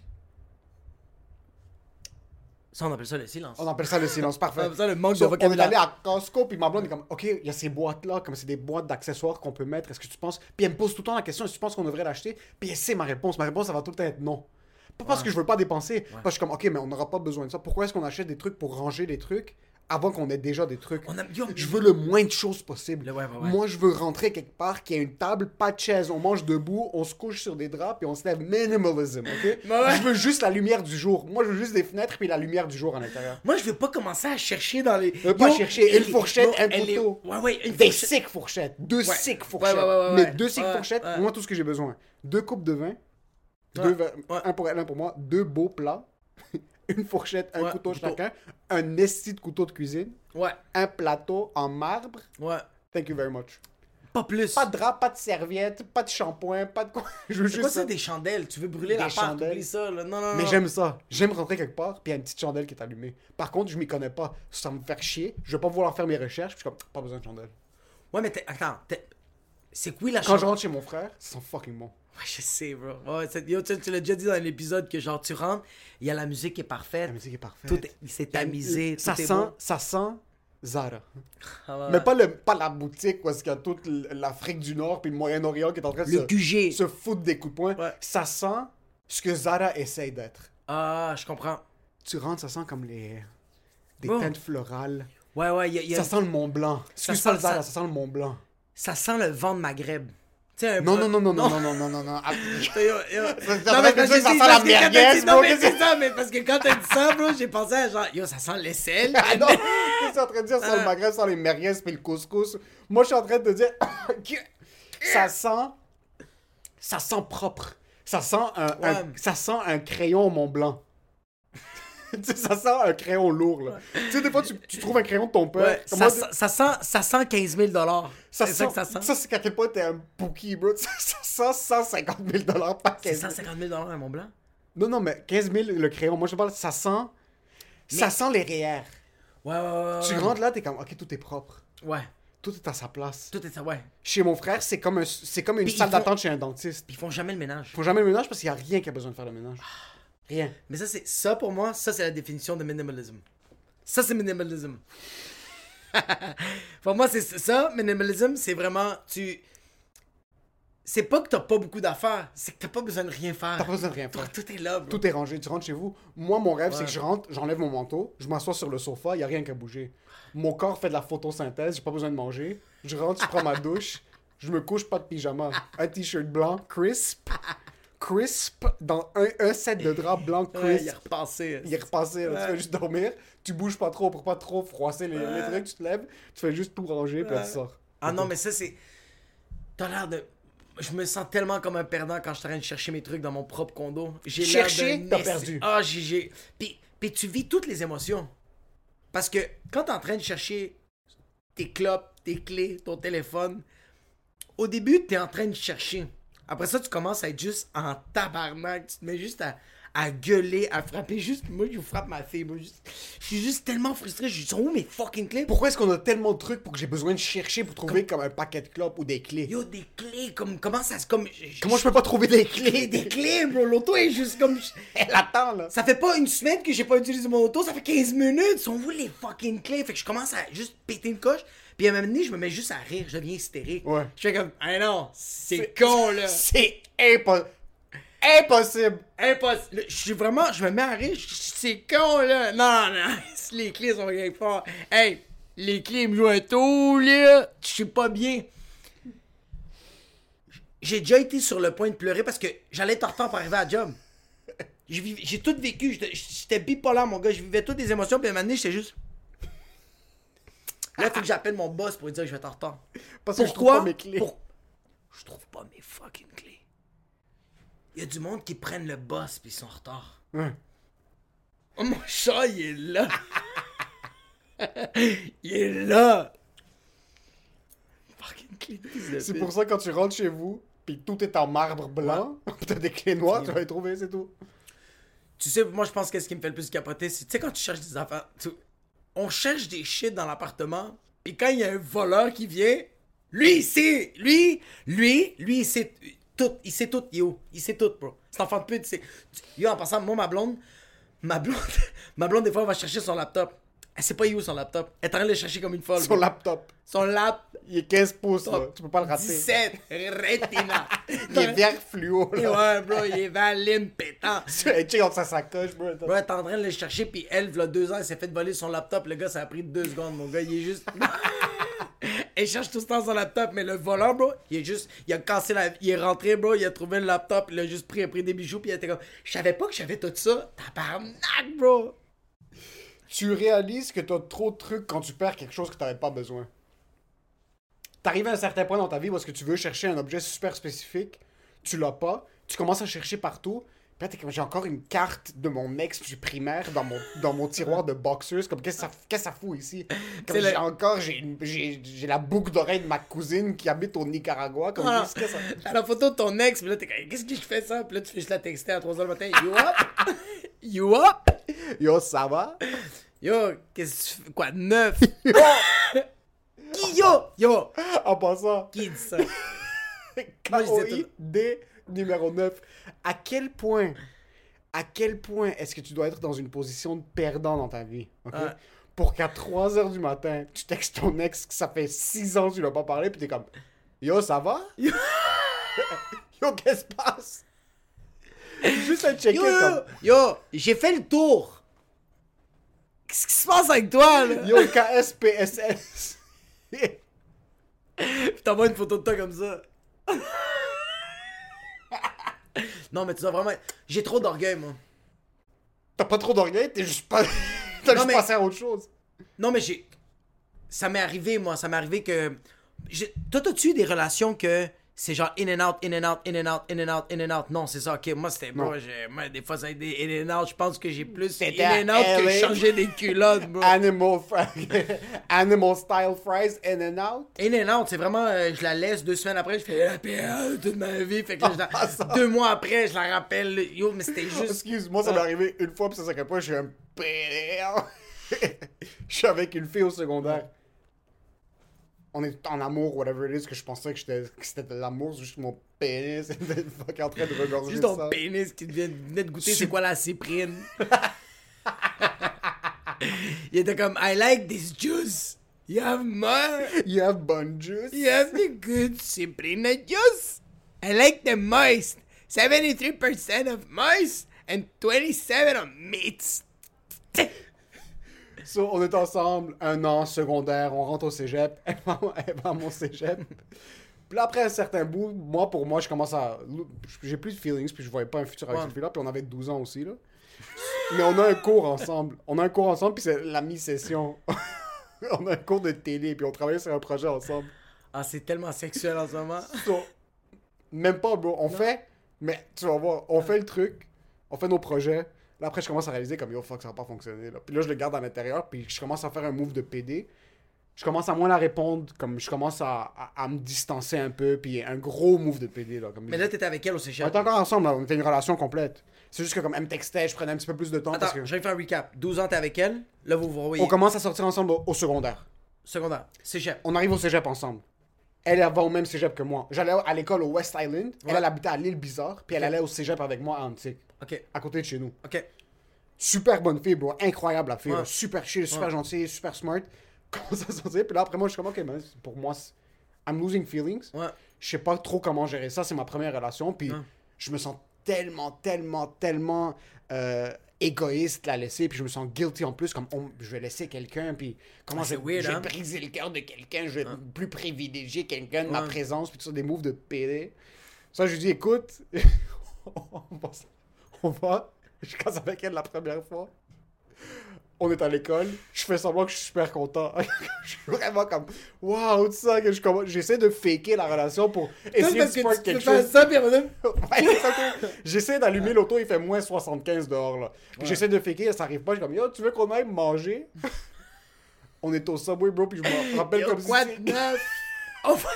Ça, on appelle ça le silence. On appelle ça le silence, parfait. On appelle ça le manque So, de vocabulaire. On est allé à Costco, puis ma blonde est comme, OK, il y a ces boîtes-là, comme c'est des boîtes d'accessoires qu'on peut mettre, est-ce que tu penses... Puis elle me pose tout le temps la question, est-ce que tu penses qu'on devrait l'acheter? Puis elle sait ma réponse. Ma réponse, ça va tout le temps être non. Pas parce Ouais. que je veux pas dépenser, parce que je suis comme, OK, mais on n'aura pas besoin de ça. Pourquoi est-ce qu'on achète des trucs pour ranger des trucs avant qu'on ait déjà des trucs? On a... Yo, Je veux le moins de choses possible. Le- ouais, ouais, ouais. Moi, je veux rentrer quelque part, qu'il y ait une table, pas de chaise, on mange debout, on se couche sur des draps, puis on se lève. Minimalism, OK? ouais. Je veux juste la lumière du jour. Moi, je veux juste des fenêtres, puis la lumière du jour à l'intérieur. Moi, je vais pas commencer à chercher dans les... Je veux pas Yo, chercher elle- une fourchette, yo, un elle est- couteau. Ouais, ouais, une Des fourchette. sick fourchettes. Deux Ouais. sick fourchettes. Ouais, ouais, ouais, ouais, Mais ouais. deux sick Ouais, fourchettes, ouais. moi, tout ce que j'ai besoin. Deux coupes de vin. Ouais. Deux verres- Ouais. Un pour elle, un pour moi. Deux beaux plats. Une fourchette, un Ouais, couteau couteau. chacun. Un esti de couteau de cuisine. Ouais, Un plateau en marbre. ouais. Thank you very much. Pas plus. Pas de drap, pas de serviette, pas de shampoing, pas de quoi. Je veux C'est juste quoi ça. ça, des chandelles? Tu veux brûler Des la part, chandelles. oublie ça, là. Non, non, non. Mais j'aime ça. J'aime rentrer quelque part, puis il y a une petite chandelle qui est allumée. Par contre, je m'y connais pas. Ça me fait chier. Je vais pas vouloir faire mes recherches, puis je suis comme, pas besoin de chandelle. Ouais, mais t'es... Attends, t'es... C'est quoi la Quand chandelle? je rentre chez mon frère, c'est son fucking bon. Ouais, je sais, bro. Ouais, c'est- Yo, tu, tu l'as déjà dit dans l'épisode que genre, tu rentres, il y a la musique qui est parfaite. La musique est parfaite. Tout est... C'est tamisé, Ça tout est sent, beau. ça sent Zara. Ah, ouais, Mais ouais. pas, le, pas la boutique où est-ce qu'il y a toute l'Afrique du Nord puis le Moyen-Orient qui est en train de Le se, Q G. se foutre des coups de poing. Ouais. Ça sent ce que Zara essaye d'être. Ah, je comprends. Tu rentres, ça sent comme les... des Oh. teintes florales. Ouais, ouais, il y a... il y a- Ça sent le Mont Blanc. Ça Excuse pas sent- le Zara, ça- ça sent le Mont Blanc. Ça sent le vent de Maghreb. Tu sais, un Non, peu- non, non, non, non, non, non, non, non, non. Ah, Yo, yo. Ça Non, mais parce ça que sent c'est- la parce que quand t'as merguez, dit- Non, bro. mais c'est ça, mais parce que quand t'as dit ça, bro, j'ai pensé à genre, yo, ça sent l'aisselle. Ah non, qu'est-ce que tu es en train de dire sur le Ah. Maghreb, sur les merguez puis le couscous? Moi, je suis en train de te dire que ça sent... Ça sent propre. Ça sent un, un- Ouais. ça sent un crayon Mont Blanc. Tu sais, ça sent un crayon lourd, là. Tu sais, des fois, tu, tu trouves un crayon de ton père. Ouais, comme ça, moi, sent- ça sent ça sent quinze mille dollars. ça C'est sent, ça que ça sent. ça, c'est à quel point t'es un bookie, bro. Ça, ça sent cent cinquante mille dollars par C'est quinze cent mille. cinquante mille dollars à Mont Blanc? Non, non, mais quinze mille le crayon. Moi, je parle, ça sent... Ça sent les réères. Ouais, ouais, ouais. Tu ouais. rentres là, t'es comme, OK, tout est propre. Ouais. Tout est à sa place. Tout est ça, ouais. Chez mon frère, c'est comme, un, c'est comme une Puis ils salle font- d'attente chez un dentiste. Puis ils font jamais le ménage. Faut jamais le ménage parce qu'il n'y a rien qui a besoin de faire le ménage. Rien. Mais ça, c'est ça pour moi, ça, c'est la définition de minimalism. Ça, c'est minimalism. Pour moi, c'est ça. Minimalism, c'est vraiment. Tu. C'est pas que t'as pas beaucoup d'affaires, c'est que t'as pas besoin de rien faire. T'as pas besoin de rien faire. Tout, tout est là, bro. Tout est rangé. Tu rentres chez vous. Moi, mon rêve, c'est Ouais. que je rentre, j'enlève mon manteau, je m'assois sur le sofa, il n'y a rien qu'à bouger. Mon corps fait de la photosynthèse, j'ai pas besoin de manger. Je rentre, je prends ma douche, je me couche, pas de pyjama. Un t-shirt blanc, crisp. Crisp, dans un, un set de draps blanc crisp. Ouais, il est repassé. Il est repassé, là. Ouais. Tu fais juste dormir, tu bouges pas trop pour pas trop froisser les, les trucs, tu te lèves, tu fais juste tout ranger, puis là, tu sors. Ah non, mais ça, c'est. T'as l'air de. Je me sens tellement comme un perdant quand je suis en train de chercher mes trucs dans mon propre condo. J'ai l'air Chercher, d'un t'as esti- perdu. Ah, j'ai. j'ai- Puis, puis tu vis toutes les émotions. Parce que quand t'es en train de chercher tes clopes, tes clés, ton téléphone, au début, t'es en train de chercher. Après ça, tu commences à être juste en tabarnak. Tu te mets juste à, à gueuler, à frapper. Juste, moi, je frappe ma fille. Moi, juste- je suis juste tellement frustré. Je dis, sont où mes fucking clés? Pourquoi est-ce qu'on a tellement de trucs pour que j'ai besoin de chercher pour trouver comme un paquet de clopes ou des clés? Yo, des clés, comme, comment ça se. Comme, Comment je peux pas trouver des clés, clés? des clés, bro. L'auto est juste comme. Elle attend, là. Ça fait pas une semaine que j'ai pas utilisé mon auto, ça fait quinze minutes. Sont où les fucking clés? Fait que je commence à juste péter une coche. Puis à un moment donné, je me mets juste à rire. Je deviens hystérique. Ouais. Je fais comme, ah non, c'est con, là. C'est impo- impossible. Impossible. Je suis vraiment, je me mets à rire. Je- C'est con, là. Non, non, les clés sont rien fort. Hey, les clés me jouent un tour, là. Je suis pas bien. J'ai déjà été sur le point de pleurer parce que j'allais être en retard pour arriver à la job. J'ai viv- j'ai tout vécu. J'étais- J'étais bipolaire, mon gars. Je vivais toutes les émotions. Puis à un moment donné, j'étais juste. Là, il faut que j'appelle mon boss pour lui dire que je vais être en retard. Parce que je trouve Pourquoi? pas mes clés. Pour- Je trouve pas mes fucking clés. Il y a du monde qui prennent le boss puis ils sont en retard. Ouais. Oh, mon chat, il est là. Il est là. Fucking clé. C'est pour ça que quand tu rentres chez vous, puis tout est en marbre blanc, pis t'as des clés noires, tu vas les trouver, c'est tout. Tu sais, moi, je pense que ce qui me fait le plus capoter, c'est, tu sais, quand tu cherches des affaires, tu- on cherche des shit dans l'appartement, puis quand il y a un voleur qui vient, Lui, il sait. Lui, lui, lui, il sait tout. Il sait tout, yo. Il sait tout, bro. Cet enfant de pute, c'est. Yo, en passant, moi, ma blonde, ma blonde, ma blonde, des fois, elle va chercher son laptop. Elle sait pas où son laptop. Elle est en train de le chercher comme une folle. Son bro. laptop. Son lap. Il est quinze pouces, là. Tu peux pas le rater. dix-sept. Retina. Il est vert fluo, là. Ouais, bro, il est vert, lime, pétant. Tu es check dans sa sacoche, bro. Bro, elle est en train de le chercher, puis elle, il y a deux ans, elle s'est fait voler son laptop. Le gars, ça a pris deux secondes, mon gars. Il est juste. Elle cherche tout ce temps son laptop, mais le voleur, bro, il est juste. Il a cassé la. Il est rentré, bro, il a trouvé le laptop, il a juste pris, il a pris des bijoux, puis il était comme. Je savais pas que j'avais tout ça. Tabarnak, bro. Tu réalises que t'as trop de trucs quand tu perds quelque chose que t'avais pas besoin. T'arrives à un certain point dans ta vie parce que tu veux chercher un objet super spécifique, tu l'as pas, tu commences à chercher partout, puis là t'es comme, j'ai encore une carte de mon ex du primaire dans mon, dans mon tiroir de boxers, comme qu'est-ce que ça, qu'est-ce que ça fout ici? Comme j'ai le... encore, j'ai, une, j'ai, j'ai la boucle d'oreille de ma cousine qui habite au Nicaragua, comme ah, qu'est-ce que ça... T'as la photo de ton ex, puis là t'es comme, qu'est-ce que je fais ça? Puis là tu fais juste la texter à trois heures le matin, you up? You up? Yo, ça va? Yo, qu'est-ce que tu fais? Quoi, neuf? Qui, yo? Yo! En passant. Qui dit ça? K O I D numéro neuf. À quel point, à quel point est-ce que tu dois être dans une position de perdant dans ta vie? Okay? Ouais. Pour qu'à trois heures du matin, tu textes ton ex que ça fait six ans que tu l'as pas parlé, puis t'es comme, yo, ça va? Yo, yo qu'est-ce qui se passe? Juste à checker yo, comme... Yo, j'ai fait le tour. Qu'est-ce qui se passe avec toi, là? Yo, K S P S S. Puis t'envoies une photo de toi comme ça. Non, mais tu dois vraiment... J'ai trop d'orgueil, moi. T'as pas trop d'orgueil? T'es juste pas... T'as non, juste mais... passé à autre chose. Non, mais j'ai... Ça m'est arrivé, moi. Ça m'est arrivé que... J'ai... Toi, t'as-tu eu des relations que... C'est genre in and out, in and out, in and out, in and out, in and out. Non, c'est ça, ok. Moi, c'était. Moi, j'ai, moi, des fois, ça a été in and out. Je pense que j'ai plus c'était in and out L A. Que changer des culottes, bro. Animal, Animal style fries, in and out. In and out, c'est vraiment. Euh, je la laisse deux semaines après, je fais la P A toute ma vie. Fait que là, je la... ah, deux mois après, je la rappelle. Yo, mais c'était juste. Excuse-moi, ça m'est arrivé une fois, puis ça, ça fait pas, je suis un P Je suis avec une fille au secondaire. On est en amour, whatever it is, que je pensais que, que c'était de l'amour, c'est juste mon pénis était en train de regorger juste ça. Juste ton pénis qui venait de goûter, c'est quoi la cyprine? Il était comme, I like this juice. You have more. You have bun juice. You have the good cyprine juice. I like the moist. seventy-three percent of moist and twenty-seven of meats. So, on est ensemble, un an, secondaire, on rentre au cégep, elle va, elle va à mon cégep. Puis là, après un certain bout, moi, pour moi, je commence à... J'ai plus de feelings, puis je voyais pas un futur avec ouais. cette fille-là, puis on avait douze ans aussi, là. Mais on a un cours ensemble. On a un cours ensemble, puis c'est la mi-session. On a un cours de télé, puis on travaillait sur un projet ensemble. Ah, c'est tellement sexuel en ce moment. So, même pas, bro. On non. fait... Mais tu vas voir, on fait le truc, on fait nos projets. Là, après, je commence à réaliser comme, yo, fuck, ça va pas fonctionner. Là. Puis là, je le garde à l'intérieur, puis je commence à faire un move de P D. Je commence à moins la répondre, comme je commence à, à, à me distancer un peu, puis un gros move de P D. Là, comme mais là, t'étais avec elle au cégep? On était encore ensemble, là. On était une relation complète. C'est juste que comme elle me textait, je prenais un petit peu plus de temps. Attends, parce que... je vais faire un recap. douze ans, t'es avec elle, là, vous vous revoyez. On commence à sortir ensemble au, au secondaire. Secondaire, cégep. On arrive au cégep ensemble. Elle, elle va au même cégep que moi. J'allais à l'école au West Island, ouais. elle, elle habitait à l'île Bizarre, puis elle okay. allait au cégep avec moi à Antique. OK. À côté de chez nous. OK. Super bonne fille, bro. Incroyable la fille. Ouais. Super chill, super ouais. gentille, super smart. Commence à sortir. Puis là, après moi, je suis comme, OK, man, pour moi, I'm losing feelings. Ouais. Je sais pas trop comment gérer ça. C'est ma première relation. Puis ouais. je me sens tellement, tellement, tellement euh, égoïste de la laisser. Puis je me sens guilty en plus. Comme, on, je vais laisser quelqu'un. Puis comment ah, je, weird, je vais hein? briser le cœur de quelqu'un. Je vais ouais. plus privilégier quelqu'un de ouais. ma présence. Puis tout ça, des moves de P D. Ça, je lui dis, écoute, on va... On va Je casse avec elle la première fois. On est à l'école. Je fais semblant que je suis super content. Je suis vraiment comme... Waouh, tout ça. Que je commence... J'essaie de faker la relation pour essayer de spark quelque chose. Ça, puis ouais, j'essaie d'allumer l'auto. Il fait moins soixante-quinze dehors. Là. Ouais. J'essaie de faker. Ça arrive pas. Je suis comme... Yo, tu veux qu'on aille manger? On est au Subway, bro. Puis je me rappelle comme si... Quoi de neuf? On va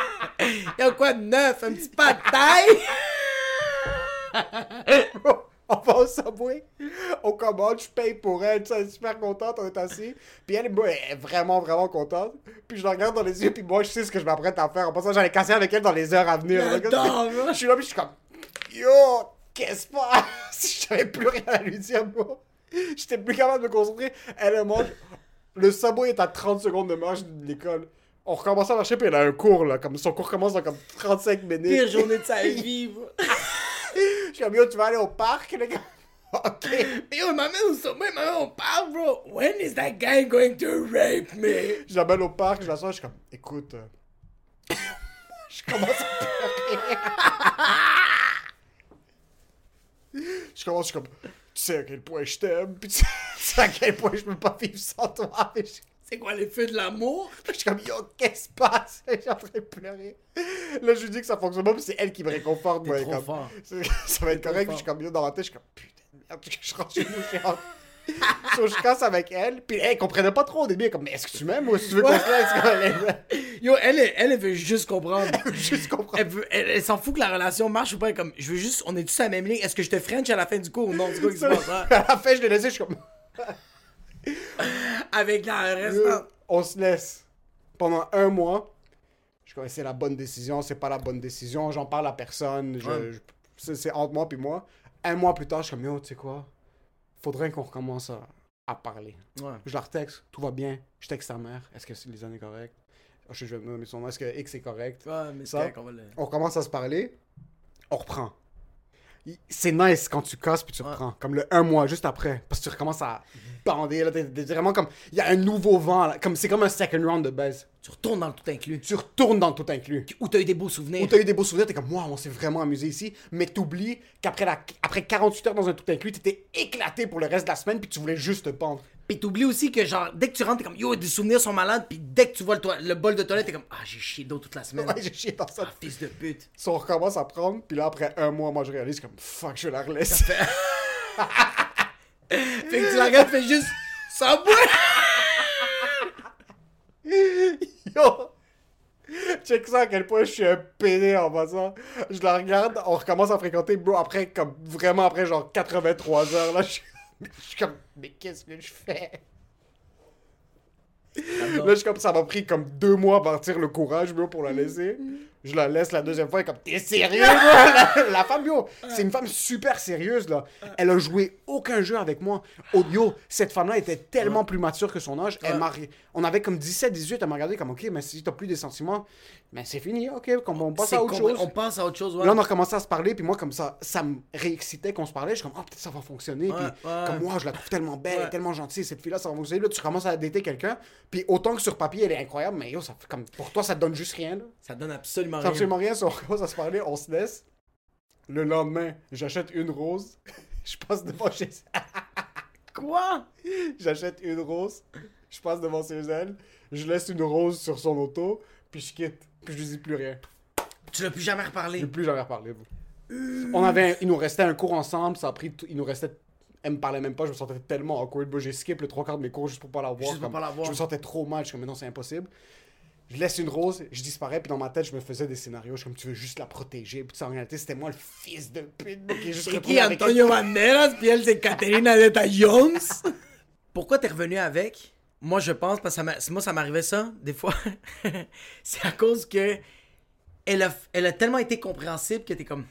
dire... Y'a quoi de neuf? Un petit pas de taille? Bro, On va au Subway, on commande, je paye pour elle, tu sais, elle est super contente, on est assis. Puis elle, moi, elle est vraiment, vraiment contente. Puis je la regarde dans les yeux, puis moi, je sais ce que je m'apprête à faire. En passant, j'allais casser avec elle dans les heures à venir. J'adore, Je suis là, puis je suis comme, yo, qu'est-ce que c'est? Je n'avais plus rien à lui dire, moi. J'étais plus capable de me concentrer. Elle et moi, le Subway est à trente secondes de marche de l'école. On recommence à marcher, puis elle a un cours, là. Comme, son cours commence dans comme trente-cinq minutes. Pire journée de sa vie, bro. Je suis comme, yo, tu vas aller au parc, les gars? Ok. Mais yo, ma mère au sommet, ma mère on parle, bro. When is that guy going to rape me? Je l'amène au parc, je la sors, je suis comme, écoute. euh, je commence à pleurer. je commence, je suis comme, tu sais à quel point je t'aime, puis tu sais à quel point je peux pas vivre sans toi. Puis je- C'est quoi les feux de l'amour? Je suis comme, yo, qu'est-ce qui se passe? Je suis en train de pleurer. Là, je lui dis que ça fonctionne pas, puis c'est elle qui me réconforte. Moi, trop comme, fort. c'est- ça va être correct, puis je suis comme, yo, dans ma tête, je suis comme, putain de merde, puis je rentre chez nous, je suis en- So, je casse avec elle, puis elle comprenait pas trop au début, elle est comme, mais est-ce que tu m'aimes ou est-ce que tu veux qu'on se laisse? Yo, elle, elle, elle veut juste comprendre. Elle veut juste comprendre. Elle, veut- elle, elle s'en fout que la relation marche ou pas. Elle est comme, je veux juste, on est tous à la même ligne. Est-ce que je te French à la fin du cours ou non? C'est quoi qui se passe, hein? À la fin, je l'ai laissé, je suis comme, Avec la restante. on se laisse. Pendant un mois, je connais c'est la bonne décision, c'est pas la bonne décision, j'en parle à personne, je, Ouais. je- c'est, c'est entre moi puis moi. Un mois plus tard, je suis comme, yo, tu sais quoi? Faudrait qu'on recommence à, à parler. Ouais. Je la retexte, tout va bien, je texte sa mère, est-ce que c'est les années correctes? Je, je vais me nommer son nom, est-ce que X est correct? Ouais, mais c'est Ça. correct, on va le... On commence à se parler, on reprend. Il- C'est nice quand tu casses puis tu Ouais. reprends. Comme le un mois juste après. Parce que tu recommences à bander. Là, t'es, t'es vraiment comme. Il y a un nouveau vent. Là, comme, c'est comme un second round de base. Tu retournes dans le tout inclus. Tu retournes dans le tout inclus. Où t'as eu des beaux souvenirs. Où t'as eu des beaux souvenirs, t'es comme, moi, on s'est vraiment amusé ici. Mais t'oublies qu'après la... après quarante-huit heures dans un tout inclus, t'étais éclaté pour le reste de la semaine puis tu voulais juste te pendre. Pis t'oublies aussi que, genre, dès que tu rentres, t'es comme, yo, des souvenirs sont malades. Pis dès que tu vois le, toi- le bol de toilette, t'es comme, ah, j'ai chié d'eau toute la semaine. Ouais, j'ai chié dans ça. Ah, fils de pute. Si on recommence à prendre, puis là, après un mois, moi, je réalise comme, fuck, je vais la relaisser. Fait que tu la regardes, fais juste, ça boit. Yo! Check ça à quel point je suis un pédé en passant. Je la regarde, on recommence à fréquenter, bro, après, comme, vraiment après, genre, quatre-vingt-trois heures, là, je suis, je suis comme, mais qu'est-ce que je fais? Là, je suis comme, ça m'a pris comme deux mois à partir le courage, bro, pour la laisser. Je la laisse la deuxième fois, elle est comme, t'es sérieux, bro? La, la femme, yo, c'est une femme super sérieuse, là. Elle a joué aucun jeu avec moi. Oh, yo, cette femme-là était tellement plus mature que son âge. Elle m'a... On avait comme dix-sept, dix-huit, elle m'a regardé comme, ok, mais si t'as plus des sentiments, mais c'est fini, ok, comme on passe C'est à autre compris- chose. On passe à autre chose, ouais. Là, on a recommencé à se parler, puis moi, comme ça, ça me réexcitait qu'on se parlait. Je suis comme, ah, peut-être ça va fonctionner. Ouais, puis, ouais. comme moi, je la trouve tellement belle, Ouais. tellement gentille, cette fille-là, ça va fonctionner. Là, tu commences à dater quelqu'un, puis autant que sur papier, elle est incroyable, mais yo, ça fait comme, pour toi, ça te donne juste rien, là. Ça donne absolument Ça rien. absolument rien, si on commence à se parler, on se laisse. Le lendemain, j'achète une rose. Je passe devant chez Quoi? J'achète une rose. Je passe devant ses ailes. Je laisse une rose sur son auto, puis je quitte. Puis je lui dis plus rien. Tu l'as plus jamais Je reparlé. n'ai plus jamais reparlé. Vous. On avait, un- il nous restait un cours ensemble, ça a pris, tout- il nous restait, elle me parlait même pas, je me sentais tellement awkward, bro. J'ai skip le trois quarts de mes cours juste pour pas la voir. Juste pour comme- pas la voir. Je me sentais trop mal, je suis comme, mais non, c'est impossible. Je laisse une rose, je disparais, puis dans ma tête, je me faisais des scénarios, je suis comme, tu veux juste la protéger, puis ça, en réalité, c'était moi le fils de pute, bro, qui est juste C'est retourné qui, avec Antonio Banderas, puis elle, c'est Caterina Zeta Jones? Pourquoi t'es revenu avec? Moi, je pense, parce que ça m'a- moi, ça m'arrivait ça, des fois. C'est à cause que elle a, elle a tellement été compréhensible que t'es comme...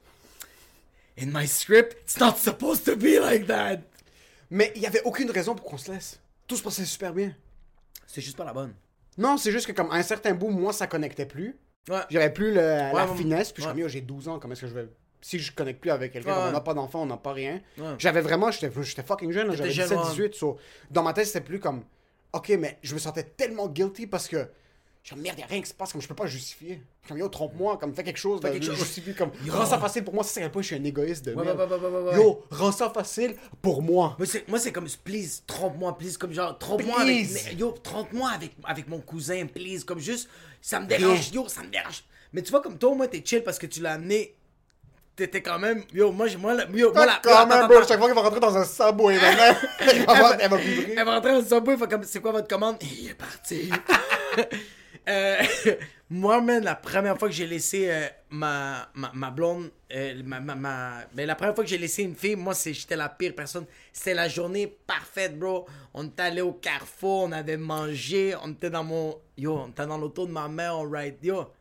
In my script, it's not supposed to be like that. Mais il y avait aucune raison pour qu'on se laisse. Tout se passait super bien. C'est juste pas la bonne. Non, c'est juste que comme à un certain bout, moi, ça connectait plus. Ouais. J'avais plus le- la Ouais, ouais, finesse, puis je ouais. suis comme, yo, j'ai douze ans, comment est-ce que je vais... Si je connecte plus avec quelqu'un, Ouais, comme on ouais. n'a pas d'enfant, on n'a pas rien. Ouais. J'avais vraiment, j'étais j'étais fucking jeune, là, T'étais j'avais jeune, dix-sept, ouais. dix-huit. So, dans ma tête, c'était plus comme, ok, mais je me sentais tellement guilty parce que, je suis comme, merde, y'a rien qui se passe, comme je peux pas justifier. Je suis comme, yo, trompe-moi, comme fais quelque chose, Fais là, quelque je chose. justifie, comme, Yo. rends ça facile pour moi, ça c'est à quel point je suis un égoïste de Ouais, merde. ouais, ouais, ouais, ouais, ouais. Yo, rends ça facile pour moi. Moi, c'est, moi, c'est comme, please, trompe-moi, please, comme genre, trompe-moi avec, Please. mais, yo, trompe-moi avec, avec mon cousin, please, comme juste, ça me dérange, Rien. yo, ça me dérange. Mais tu vois, comme toi, moi, t'es chill parce que tu l'as amené, t'étais quand même, yo, moi, j'ai- moi, la- yo, moi, la, Quand yo, même, attends, bro, attends. chaque fois qu'il va rentrer dans un subway, maintenant, elle va, elle va vibrer. Elle va rentrer dans le subway, fait comme, c'est quoi votre commande? Il est parti. Euh, moi, man, la première fois que j'ai laissé euh, ma, ma, ma blonde, euh, ma, ma, ma... Ben, la première fois que j'ai laissé une fille, moi, c'est, j'étais la pire personne. C'était la journée parfaite, bro. On était allé au Carrefour, on avait mangé, on était dans mon... Yo, on était dans l'auto de ma mère, on ride. Yo,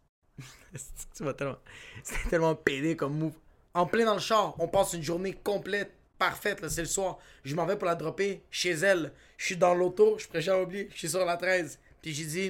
tu vois tellement... C'était tellement pédé comme move. En plein dans le char, on passe une journée complète, parfaite, là, c'est le soir. Je m'en vais pour la dropper chez elle. Je suis dans l'auto, je préfère oublier, je suis sur la treize. Puis j'ai dit...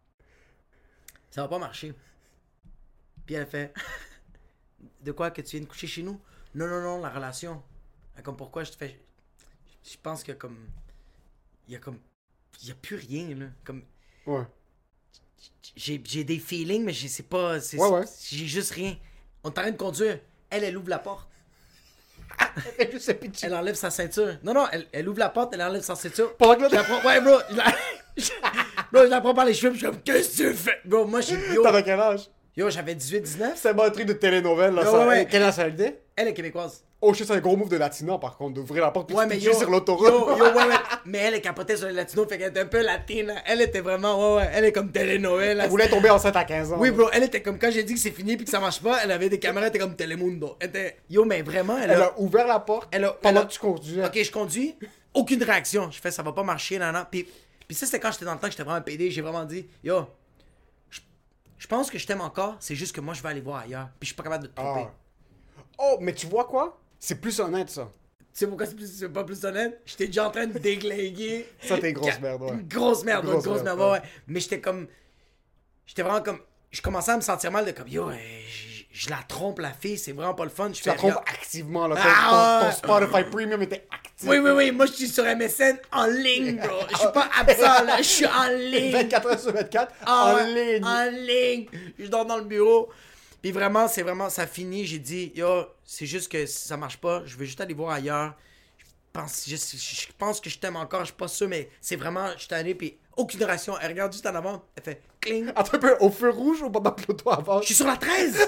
Ça va pas marcher. Puis elle fait... De quoi, que tu viens de coucher chez nous? Non, non, non, la relation. Elle, comme pourquoi je te fais... Je pense que comme... Il y a comme... Il y a plus rien, là. Comme... Ouais. J'ai, j'ai des feelings, mais je sais pas... C'est, Ouais, ouais. J'ai juste rien. On est en train de conduire. Elle, elle ouvre la porte. Elle juste se pitcher. Elle enlève sa ceinture. Non, non, elle, elle ouvre la porte, elle enlève sa ceinture. Pendant que l'autre- Je la prends... Ouais, bro. Je la... bro, je la prends par les cheveux, puis je suis comme... Qu'est-ce que tu fais? Bro, moi, j'ai... Yo, T'avais quel âge? yo j'avais dix-huit dix-neuf. C'est un truc de télénovelle, là. Ouais, ça. ouais, ouais. Quelle nationalité? Elle est québécoise. Oh, je sais, c'est un gros move de Latina, par contre, d'ouvrir la porte puis Ouais, de mais pitcher yo, sur l'autoroute. yo, yo, ouais, ouais. Mais elle est capotée sur les latinos, fait qu'elle était un peu latine. Elle était vraiment, ouais, ouais. Elle est comme Telenoël. Elle voulait tomber enceinte à quinze ans. Oui, là. bro, elle était comme quand j'ai dit que c'est fini puis que ça marche pas, elle avait des caméras, elle était comme Telemundo. Elle était, yo, mais vraiment, elle, Elle a... a ouvert la porte Elle a- pendant elle a- que tu conduisais. Ok, je conduis, aucune réaction. Je fais, ça va pas marcher, nana. Puis, puis ça, c'est quand j'étais dans le temps que j'étais vraiment pédé, j'ai vraiment dit, yo, je, je pense que je t'aime encore, c'est juste que moi, je vais aller voir ailleurs. Puis je suis pas capable de te tromper. Ah. Oh, mais tu vois quoi? C'est plus honnête, ça. Tu sais pourquoi c'est, plus, c'est pas plus honnête? J'étais déjà en train de déglinguer. Ça, t'es une grosse merde, ouais. Une grosse merde, Grosse une grosse merde, merde, ouais, ouais. ouais. Mais j'étais comme... J'étais vraiment comme... Je commençais à me sentir mal de comme, yo, euh, je, je la trompe, la fille, c'est vraiment pas le fun. Je Tu la fais, trompes regarde. activement, là. Ton, Ah, ton- ouais. ton Spotify Premium était actif. Oui, oui, oui, moi je suis sur M S N en ligne, bro. Je suis pas absent, là, je suis en ligne. vingt-quatre heures sur vingt-quatre, Ah, en ouais, ligne. En ligne. Je dors dans le bureau. Puis vraiment, c'est vraiment, ça finit. J'ai dit, yo, c'est juste que si ça marche pas, je veux juste aller voir ailleurs. Je pense, je, je pense que je t'aime encore, je suis pas sûr, mais c'est vraiment, je suis allé, puis aucune réaction. Elle regarde juste en avant, elle fait cling. Attends un peu, au feu rouge ou pendant que l'auto avance? Je suis sur la treize!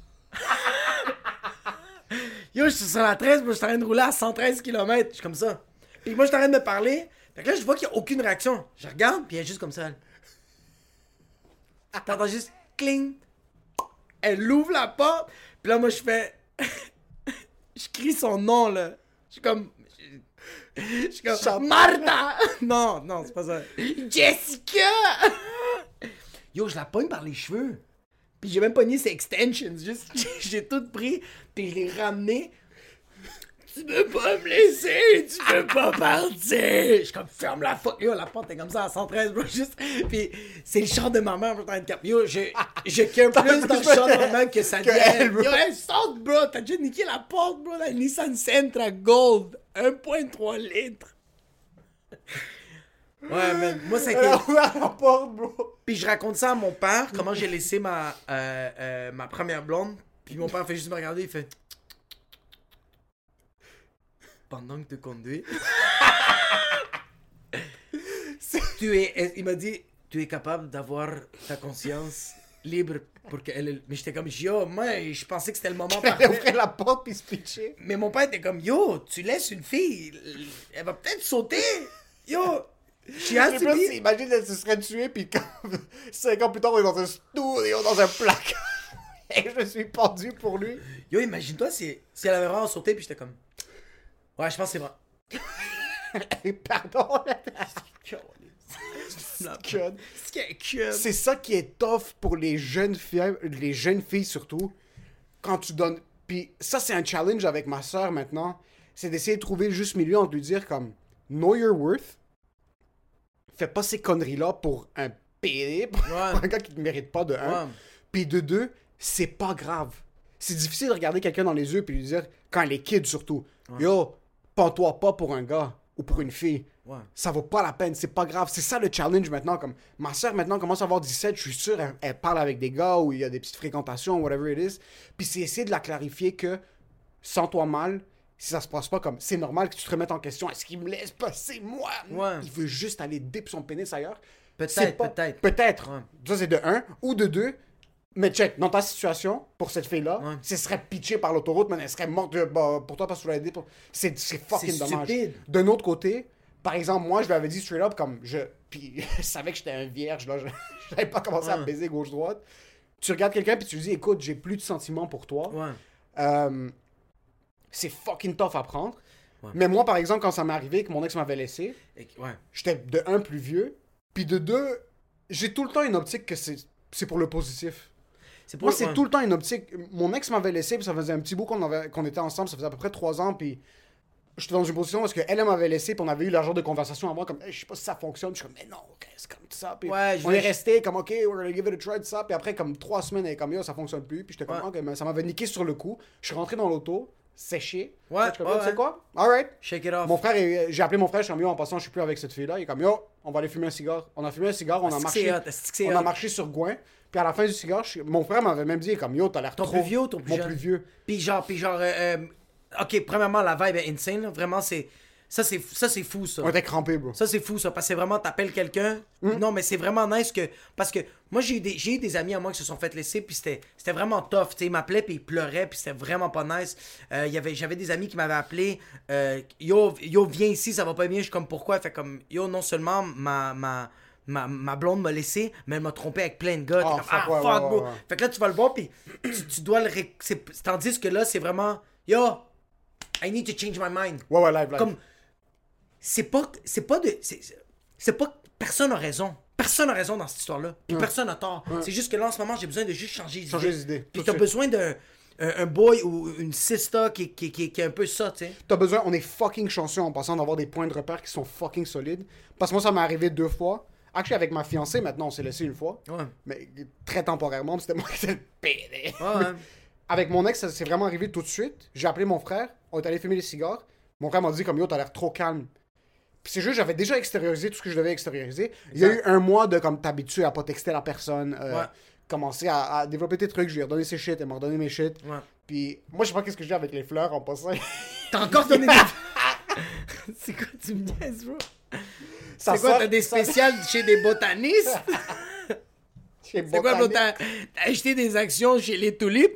Yo, je suis sur la treize, moi je suis en train de rouler à cent treize kilomètres. Je suis comme ça. Puis moi, je suis en train de me parler. Fait que là, je vois qu'il n'y a aucune réaction. Je regarde, puis elle est juste comme ça. Elle. T'entends juste cling. Elle ouvre la porte. Puis là, moi, je fais. Je crie son nom, là. Je suis comme. Je suis comme. Chante. Martha! Non, non, c'est pas ça. Jessica! Yo, je la pogne par les cheveux. Puis j'ai même pogné ses extensions. Juste, j'ai tout pris. Puis je l'ai ramené. Tu peux pas me laisser, tu peux pas partir. Je suis comme, ferme la fuck. Yo, la porte est comme ça à cent treize, bro. Juste. Puis c'est le char de ma mère, je suis en train de cap. Yo, je, je care plus dans le char de ma mère que ça Que elle, bro. Yo, elle saute, bro. T'as déjà niqué la porte, bro. La Nissan Sentra Gold. un virgule trois litres. Ouais, man. Moi, ça a Elle a été. ouvert la porte, bro. Puis je raconte ça à mon père, comment j'ai laissé ma, euh, euh, ma première blonde. Puis mon père fait juste me regarder, il fait. Pendant que tu conduis. tu es, il m'a dit, tu es capable d'avoir ta conscience libre pour qu'elle. Mais j'étais comme, yo, moi, je pensais que c'était le moment Elle a parfait. ouvert la porte puis se pitcher. Mais mon père était comme, yo, tu laisses une fille, elle va peut-être sauter. Yo, she has Et to puis là, be- imagine, elle se serait tuée puis comme cinq ans plus tard, on est dans un studio, dans un placard. Et je suis pendu pour lui. Yo, imagine-toi si, si elle avait vraiment sauté, puis j'étais comme. Ouais, je pense que c'est vrai. Et pardon. Conne. C'est C'est ça qui est tough pour les jeunes filles, les jeunes filles surtout, quand tu donnes... Puis ça, c'est un challenge avec ma soeur maintenant, c'est d'essayer de trouver le juste milieu entre lui dire comme, know your worth, fais pas ces conneries-là pour un pédé, pour Ouais. un gars qui te mérite pas de un, Ouais. puis de deux, c'est pas grave. C'est difficile de regarder quelqu'un dans les yeux puis lui dire, quand elle est kid surtout, yo, prends-toi pas pour un gars ou pour une fille. Ouais. Ça vaut pas la peine, c'est pas grave. C'est ça le challenge maintenant. Comme ma soeur maintenant commence à avoir dix-sept, je suis sûr, elle, elle parle avec des gars où il y a des petites fréquentations, whatever it is. Puis c'est essayer de la clarifier que, sens-toi mal, si ça se passe pas comme, c'est normal que tu te remettes en question. Est-ce qu'il me laisse passer moi? Ouais. Il veut juste aller dip son pénis ailleurs. Peut-être, C'est pas- peut-être. Peut-être. Ouais. Ça, c'est de un. Ou de deux. Mais check, dans ta situation, pour cette fille-là, Ouais. si elle serait pitchée par l'autoroute, mais elle serait morte de- bah, pour toi parce que tu l'as aidé. Pour... C'est, c'est fucking C'est dommage. stupide. D'un autre côté, Par exemple, moi, je lui avais dit straight up, comme je. Puis je savais que j'étais un vierge, là. Je n'avais pas commencé Ouais. à me baiser gauche-droite. Tu regardes quelqu'un, puis tu lui dis, écoute, j'ai plus de sentiments pour toi. Ouais. Euh, c'est fucking tough à prendre. Ouais. Mais moi, par exemple, quand ça m'est arrivé que mon ex m'avait laissé, Et- ouais. j'étais de un plus vieux, puis de deux, j'ai tout le temps une optique que c'est, c'est pour le positif. C'est pour Moi, c'est ouais. tout le temps une optique. Mon ex m'avait laissé, puis ça faisait un petit bout qu'on, avait, qu'on était ensemble, ça faisait à peu près trois ans, puis j'étais dans une position parce qu'elle, elle m'avait laissé, puis on avait eu le genre de conversation à moi, comme, hey, je sais pas si ça fonctionne. Je suis comme, mais non, ok, c'est comme ça. Puis Ouais, je on veux- est resté comme, ok, we're gonna give it a try, tout ça. Puis après, comme trois semaines, elle est comme, yo, ça fonctionne plus. Puis j'étais comme, Ouais. ok, mais ça m'avait niqué sur le coup. Je suis rentré dans l'auto, séché. Ouais, Je suis comme, ouais, yo, tu sais ouais. quoi? Alright. Shake it off. Mon frère, est- j'ai appelé mon frère, je suis comme, yo, en passant, je suis plus avec cette fille-là. Il est comme, yo, on va aller fumer un cigare. On a fumé un cigare, on a Est-ce que marché. c'est hot? Est-ce que c'est On a hot? marché sur Gouin. Puis à la fin du cigare, je- mon frère m'avait même dit, comme, yo, t'as l'air Ton trop. plus vieux ou ton plus Mon jeune? plus vieux. Puis genre, puis genre, euh, euh, ok, premièrement, la vibe est insane, là. Vraiment, c'est, ça c'est, ça c'est fou, ça. On était crampés, bro. Ça, c'est fou, ça, parce que c'est vraiment, t'appelles quelqu'un. Non, mais c'est vraiment nice que. Parce que moi, j'ai eu des, j'ai eu des amis à moi qui se sont fait laisser, puis c'était, c'était vraiment tough. Tu sais, ils m'appelaient, puis ils pleuraient, puis c'était vraiment pas nice. Euh, il y avait, j'avais des amis qui m'avaient appelé, euh, yo, yo, viens ici, ça va pas bien. Je suis comme, pourquoi? Fait comme, yo, non seulement ma. ma Ma, ma blonde m'a laissé, mais elle m'a trompé avec plein de gars. T'es Oh, comme, fuck, ah, ouais, fuck, ouais, bro. ouais, ouais. Fait que là, tu vas le voir, puis tu, tu dois le. ré- c'est- Tandis que là, c'est vraiment, yo, I need to change my mind. Ouais, ouais, live, live. Comme, c'est pas, c'est pas de, c'est, c'est- c'est pas, personne a raison. Personne a raison dans cette histoire-là. Puis personne a tort. C'est juste que là, en ce moment, j'ai besoin de juste changer d'idée. Changer les idées, Puis tout t'as de suite. besoin d'un un, un boy ou une sister qui, qui, qui, qui est un peu ça, tu sais. T'as besoin, on est fucking chanceux en passant d'avoir des points de repère qui sont fucking solides. Parce que moi, ça m'est arrivé deux fois. Actually, avec ma fiancée, maintenant, on s'est laissé une fois. Ouais. Mais très temporairement, puis c'était moi qui étais le pédé. Ouais, ouais. Avec mon ex, ça s'est vraiment arrivé tout de suite. J'ai appelé mon frère, on est allé fumer des cigares. Mon frère m'a dit comme, yo, t'as l'air trop calme. Puis c'est juste, j'avais déjà extériorisé tout ce que je devais extérioriser. Il y a eu un mois de comme t'habituer à pas texter la personne, euh, Ouais. commencer à, à développer tes trucs. Je lui ai redonné ses shit, elle m'a redonné mes shit. Ouais. Puis moi, je sais pas qu'est-ce que j'ai avec les fleurs en passant. T'as encore donné des... C'est quoi, tu me niaises, bro? Ça C'est quoi, sort- t'as des ça- spéciales chez des botanistes? chez C'est quoi, bro? Botanique. T'as t'as acheté des actions chez les tulipes?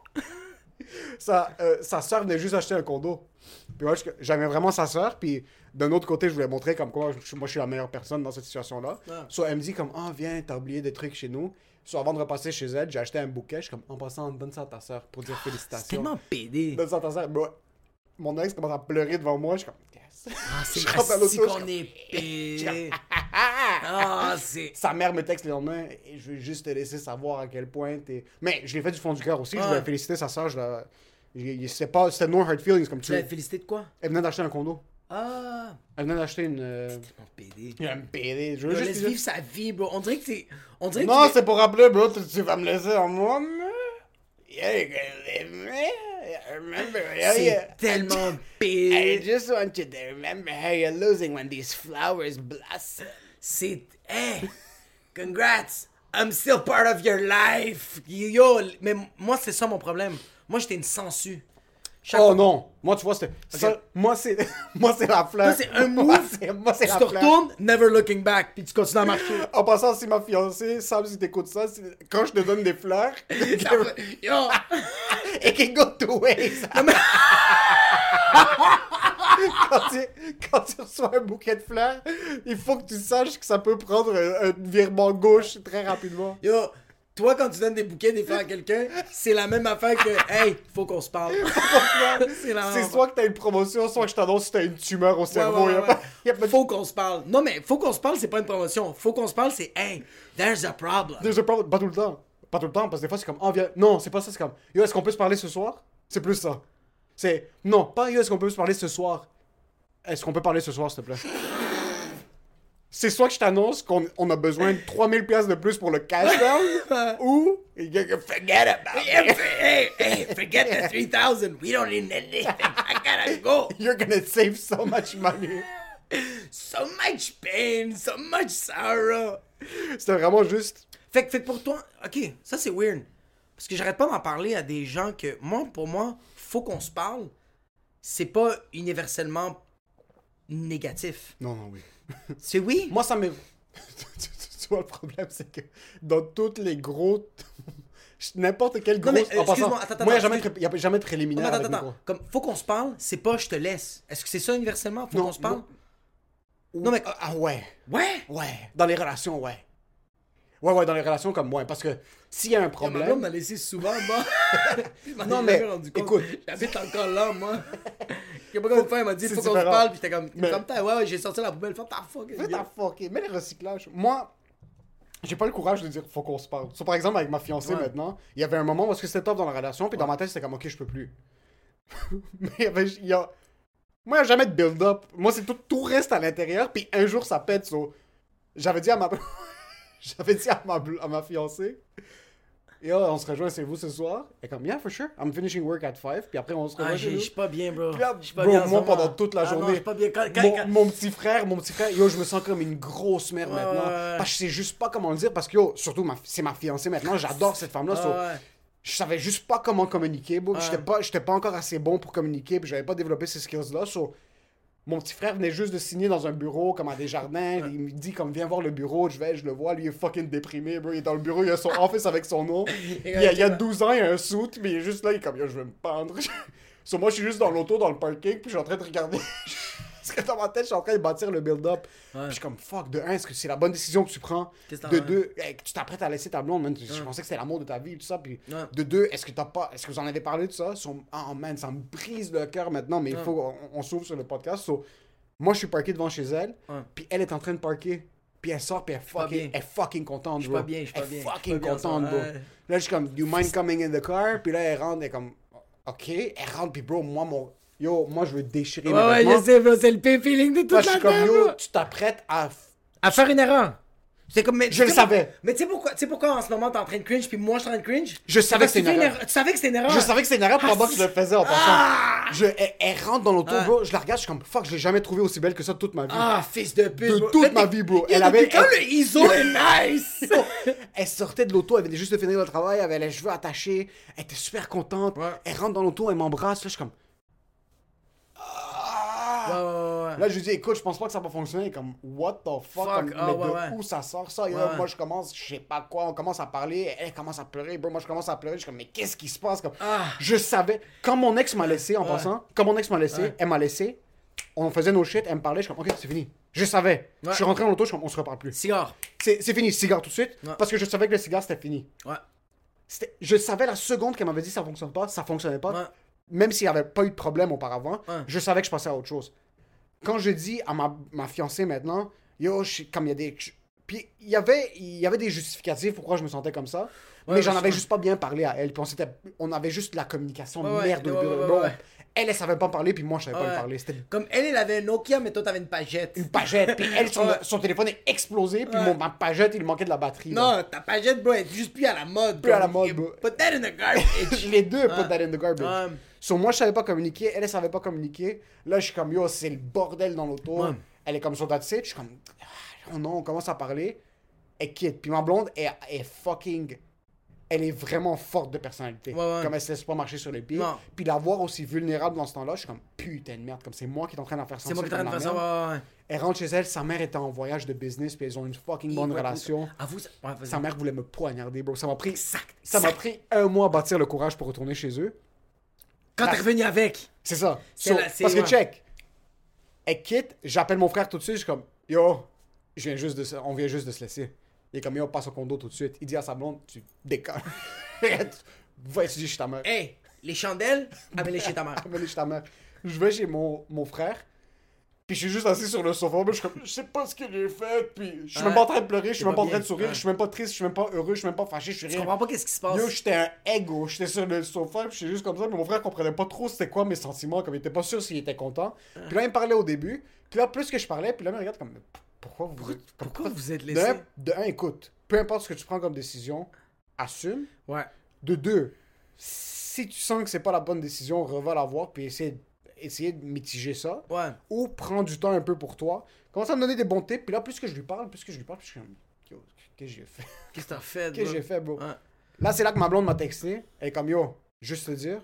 sa, euh, sa soeur venait juste acheter un condo. Puis moi, je- j'aimais vraiment sa soeur. Puis d'un autre côté, je voulais montrer comme quoi je- moi, je suis la meilleure personne dans cette situation-là. Ah. So, elle me dit comme, ah, viens, t'as oublié des trucs chez nous. So, avant de repasser chez elle, j'ai acheté un bouquet. Je suis comme, en passant, donne ça à ta soeur pour dire C'est félicitations. tellement pédé. Donne ça à ta soeur. Bro, mon ex commence à pleurer devant moi. Je suis comme, yes. Ah, c'est Je rentre à ainsi l'auto, je qu'on suis est pédé. Ah, c'est... Sa mère me texte le lendemain et je veux juste te laisser savoir à quel point t'es. Mais je l'ai fait du fond du cœur aussi. Je Ouais. voulais féliciter sa soeur. Je la... je- C'était pas... C'était no hard feelings comme Tu tu l'as félicité de quoi? Elle venait d'acheter un condo. Ah, Elle venait d'acheter une. euh, mon pédé. Un P D. Je veux Yo, juste laisse dire- vivre sa vie, bro. On dirait que c'est... On dirait que Non, tu- c'est pour rappeler, bro. Tu, tu vas me laisser en moi. mais- Yeah, you're gonna leave me. I remember. Yeah, C'est yeah. tellement I pédé. just want you to remember how you're losing when these flowers blossom. C'est... Hey! Congrats! I'm still part of your life! Yo, mais moi, c'est ça mon problème. Moi, j'étais une sangsue. Chaque Oh fois- non. Moi, tu vois, c'était. ça- Moi, c'est. Moi, c'est la fleur. Toi, c'est un move. Moi, c'est, moi, c'est Tu la te fleur. retournes, never looking back, puis tu continues à marcher. En passant, si ma fiancée, Sam, si t'écoutes ça, si- quand je te donne des fleurs, Yo! it can go two ways. quand, tu, quand tu reçois un bouquet de fleurs, il faut que tu saches que ça peut prendre un, un virement gauche très rapidement. Yo! Toi, quand tu donnes des bouquets des fleurs à quelqu'un, c'est la même affaire que hey, faut qu'on se parle. c'est la même C'est affaire. soit que t'as une promotion, soit que je t'annonce que t'as une tumeur au Ouais, cerveau. ouais, y a ouais, pas- ouais. y a pas de- Faut qu'on se parle. Non, mais faut qu'on se parle, c'est pas une promotion. Faut qu'on se parle, c'est hey, there's a problem. There's a problem. Pas tout le temps. Pas tout le temps, parce que des fois, c'est comme, ah, viens. Non, c'est pas ça, c'est comme, yo, est-ce qu'on peut se parler ce soir? C'est plus ça. C'est, non, pas yo, est-ce qu'on peut se parler ce soir? Est-ce qu'on peut parler ce soir, s'il te plaît? C'est soit que je t'annonce qu'on on a besoin de trois mille piastres de plus pour le cash down, ou, you can forget about it. Hey, hey, forget the three thousand. We don't need anything. I gotta go. You're gonna save so much money. So much pain, so much sorrow. C'était vraiment juste. Fait que, fait que pour toi, ok, ça c'est weird. Parce que j'arrête pas d'en parler à des gens que, moi, pour moi, faut qu'on se parle. C'est pas universellement négatif. Non, non, oui. C'est oui. Moi, ça m'est. tu, tu- tu vois, le problème, c'est que dans toutes les gros. N'importe quel gros. mais, euh, en passant, excuse-moi, attends, moi, il attends, n'y a, jamais de- y a jamais de préliminaire. Attends, avec attends, nous, attends. Comme, faut qu'on se parle, c'est pas je te laisse. Est-ce que c'est ça universellement? Faut Non, qu'on se parle? non. Non, mais. Ah, ouais. Ouais! Ouais. Dans les relations, ouais. Ouais, ouais, dans les relations comme moi. Parce que s'il y a un Ma problème. blonde m'a laissé souvent, moi. Je m'en ai Non, jamais mais, rendu compte. écoute. J'habite encore là, moi. Je sais pas comment faire, elle m'a dit, il C'est faut qu'on se différent. parle, puis j'étais comme, Mais- comme ta, ouais, ouais, j'ai sorti la poubelle, fais ta fuck. Fais ta fucking. Mais les recyclages. Moi, j'ai pas le courage de dire faut qu'on se parle. So, par exemple, avec ma fiancée Ouais. maintenant, il y avait un moment parce que c'était top dans la relation, puis dans ma tête, c'était comme ok, je peux plus. Mais il y avait. il y a... Moi, il n'y a jamais de build-up. Moi, c'est tout, tout reste à l'intérieur, puis un jour, ça pète. So... J'avais dit à ma. J'avais dit à ma, à ma fiancée. Et là, on se rejoint chez vous ce soir. Et comme, yeah, for sure. I'm finishing work at five. Puis après, on se rejoint Ah, chez j'ai- je nous. suis pas bien, bro. Puis là, Je suis pas bro, bien en ce moi, moment. pendant toute la Ah non, journée, je suis pas bien. Quand- quand- mon, quand- mon petit frère, mon petit frère, yo, je me sens comme une grosse mère Ouais, maintenant. ouais. Parce que je sais juste pas comment le dire. Parce que, yo, surtout, ma, c'est ma fiancée maintenant. J'adore cette femme-là. so, Ah, ouais. je savais juste pas comment communiquer, bro. Ouais. J'étais pas, j'étais pas encore assez bon pour communiquer. Puis j'avais pas développé ces skills-là. So, mon petit frère venait juste de signer dans un bureau, comme à Desjardins. Il me dit, comme, viens voir le bureau. Je vais, je le vois. Lui, il est fucking déprimé, bro. Il est dans le bureau. Il a son office avec son nom. Il y a, il y a douze ans, il a un suit. Mais il est juste là. Il est comme, yo, je vais me pendre. So, moi, je suis juste dans l'auto, dans le parking. Puis je suis en train de regarder. Parce que dans ma tête, je suis en train de bâtir le build-up. Puis je suis comme, fuck, de un, est-ce que c'est la bonne décision que tu prends? Qu'est-ce que t'en De as? deux, hey, tu t'apprêtes à laisser ta blonde, man. Je pensais que c'était l'amour de ta vie et tout ça. Puis Ouais. de deux, est-ce que t'as pas. Est-ce que vous en avez parlé de ça? Son- Oh man, ça me brise le cœur maintenant, mais il faut qu'on on s'ouvre sur le podcast. So, moi, je suis parké devant chez elle. Ouais. Puis elle est en train de parker. Puis elle sort, puis elle, pas fucking, bien. elle est fucking contente, Je suis bro. pas bien, je suis pas Elle est bien, je suis fucking pas bien en contente, ce bro. moment. Ouais. Là, je suis comme, you mind coming in the car? Puis là, elle rentre, elle est comme, ok. Elle rentre, puis bro, moi, mon. Yo, moi, je veux déchirer Ouais, mes ouais, vêtements. je sais, bro, c'est le pire feeling de toute Moi, je la suis comme, terre, yo, bro. tu t'apprêtes à. À faire une erreur. C'est comme, mais, Je le tu sais savais. pourquoi- Mais tu sais pourquoi, tu sais pourquoi en ce moment t'es en train de cringe puis moi je suis en train de cringe? Je savais que Parce c'était une tu fais erreur. Tu savais que c'était une erreur. Je savais que c'était une erreur pendant Ah, que je le faisais en passant. Ah! Je, elle, elle rentre dans l'auto, Ah. bro. Je la regarde, je suis comme, fuck, je l'ai jamais trouvée aussi belle que ça de toute ma vie. Ah, fils de pute. De bro. toute Mais ma t'es- vie, bro. Yo, Elle depuis avait- quand elle- le I S O est nice? Elle sortait de l'auto, elle venait juste de finir le travail, elle avait les cheveux attachés, elle était super contente. Ouais. Elle rentre dans l'auto, elle m'embrasse, là, je suis comme. Ouais, ouais, ouais, ouais. Là, je lui dis, écoute, je pense pas que ça va fonctionner. Comme, what the fuck? Fuck, Comme, ah, mais ouais, de ouais. où ça sort ça? Et Ouais, là, ouais. moi, je commence, je sais pas quoi, on commence à parler, elle commence à pleurer, bro, moi, je commence à pleurer. Je suis comme, mais qu'est-ce qui se passe? Comme, Ah. Je savais, quand mon ex m'a laissé, en Ouais. passant, quand mon ex m'a laissé, Ouais. elle m'a laissé, on faisait nos shit, elle me parlait, je suis comme, ok, c'est fini. Je savais. Ouais. Je suis rentré dans l'auto, je suis comme, on se reparle plus. Cigare. C'est c'est fini, cigare tout de suite, Ouais. parce que je savais que le cigare, c'était fini. Ouais. C'était- Je savais la seconde qu'elle m'avait dit ça fonctionne pas, ça fonctionnait pas. Ouais. Même s'il n'y avait pas eu de problème auparavant, Ouais. je savais que je passais à autre chose. Quand je dis à ma, ma fiancée maintenant, yo, je, comme il y a des. je- puis il y avait il y avait des justificatifs pourquoi je me sentais comme ça, mais j'en ouais, avais ouais. juste pas bien parlé à elle. Puis on, s'était- on avait juste la communication de Ouais, ouais, merde. ouais, au bureau. ouais, Bon, ouais. Elle, elle savait pas me parler, puis moi, je savais pas Ouais. lui parler. C'était Comme elle, elle avait un Nokia, mais toi t'avais une pagette. une pagette, puis elle, son, Ouais. son téléphone est explosé, puis Ouais. mon, ma pagette, il manquait de la batterie. là. Non, ta pagette, bro, elle est juste plus à la mode. Plus à la bro. mode, bro. Put that in the garbage. Les deux, put that in the garbage. Ouais. So, moi, je savais pas communiquer, elle, elle savait pas communiquer. Là, je suis comme, yo, c'est le bordel dans l'auto. Ouais. Elle est comme sur that's it. Je suis comme, oh non, on commence à parler. Elle quitte. Puis ma blonde est, est fucking. Elle est vraiment forte de personnalité. Ouais, ouais. Comme elle se laisse pas marcher sur les pieds. Non. Puis la voir aussi vulnérable dans ce temps-là, je suis comme, putain de merde. Comme c'est moi qui est en train d'en faire C'est sentir moi qui est en train de comme faire la ça, merde. ouais, ouais. Elle rentre chez elle, sa mère était en voyage de business, puis ils ont une fucking bonne Ouais, relation. Avoue, ça. Ouais, vas-y. Sa mère voulait me poignarder, bro. Ça m'a pris. Exact, Ça m'a exact. pris un mois à bâtir le courage pour retourner chez eux. Quand t'es revenu avec. C'est ça. C'est So, la- c'est- parce que ouais. check, elle quitte, j'appelle mon frère tout de suite, je suis comme, yo, je viens juste de se- on vient juste de se laisser. Il est comme, yo, passe au condo tout de suite. Il dit à sa blonde, tu décolles. Va étudier chez ta mère. Hey, les chandelles, amène-les chez ta mère. Amène-les chez ta mère. Je vais chez mon, mon frère, puis je suis juste assis sur le sofa, mais je suis comme, je sais pas ce que j'ai fait, puis je suis même Ouais. pas en train de pleurer, je suis C'est même pas pas en train de bien. sourire, Ouais. je suis même pas triste, je suis même pas heureux, je suis même pas fâché, je suis Je rien. comprends pas qu'est-ce qui se passe. Yo, j'étais un ego. J'étais sur le sofa, puis j'étais juste comme ça. Mais mon frère comprenait pas trop c'était quoi mes sentiments. Comme il était pas sûr s'il était content. Puis là, il me parlait au début. Puis là, plus que je parlais, puis là, il me regarde comme, mais p- pourquoi vous êtes. Pourquoi vous êtes De laissé? un, de un, écoute, peu importe ce que tu prends comme décision, assume. Ouais. De deux, si tu sens que c'est pas la bonne décision, reva la voir, puis essayer, essayer de mitiger ça. Ouais. Ou prends du temps un peu pour toi. Commence à me donner des bons tips. Puis là, plus que je lui parle, plus que je lui parle, plus je suis comme, yo, qu'est-ce que j'ai fait? Qu'est-ce que t'as fait, Qu'est-ce que bro? j'ai fait, bro? Ouais. Là, c'est là que ma blonde m'a texté. Elle est comme, yo, juste te dire,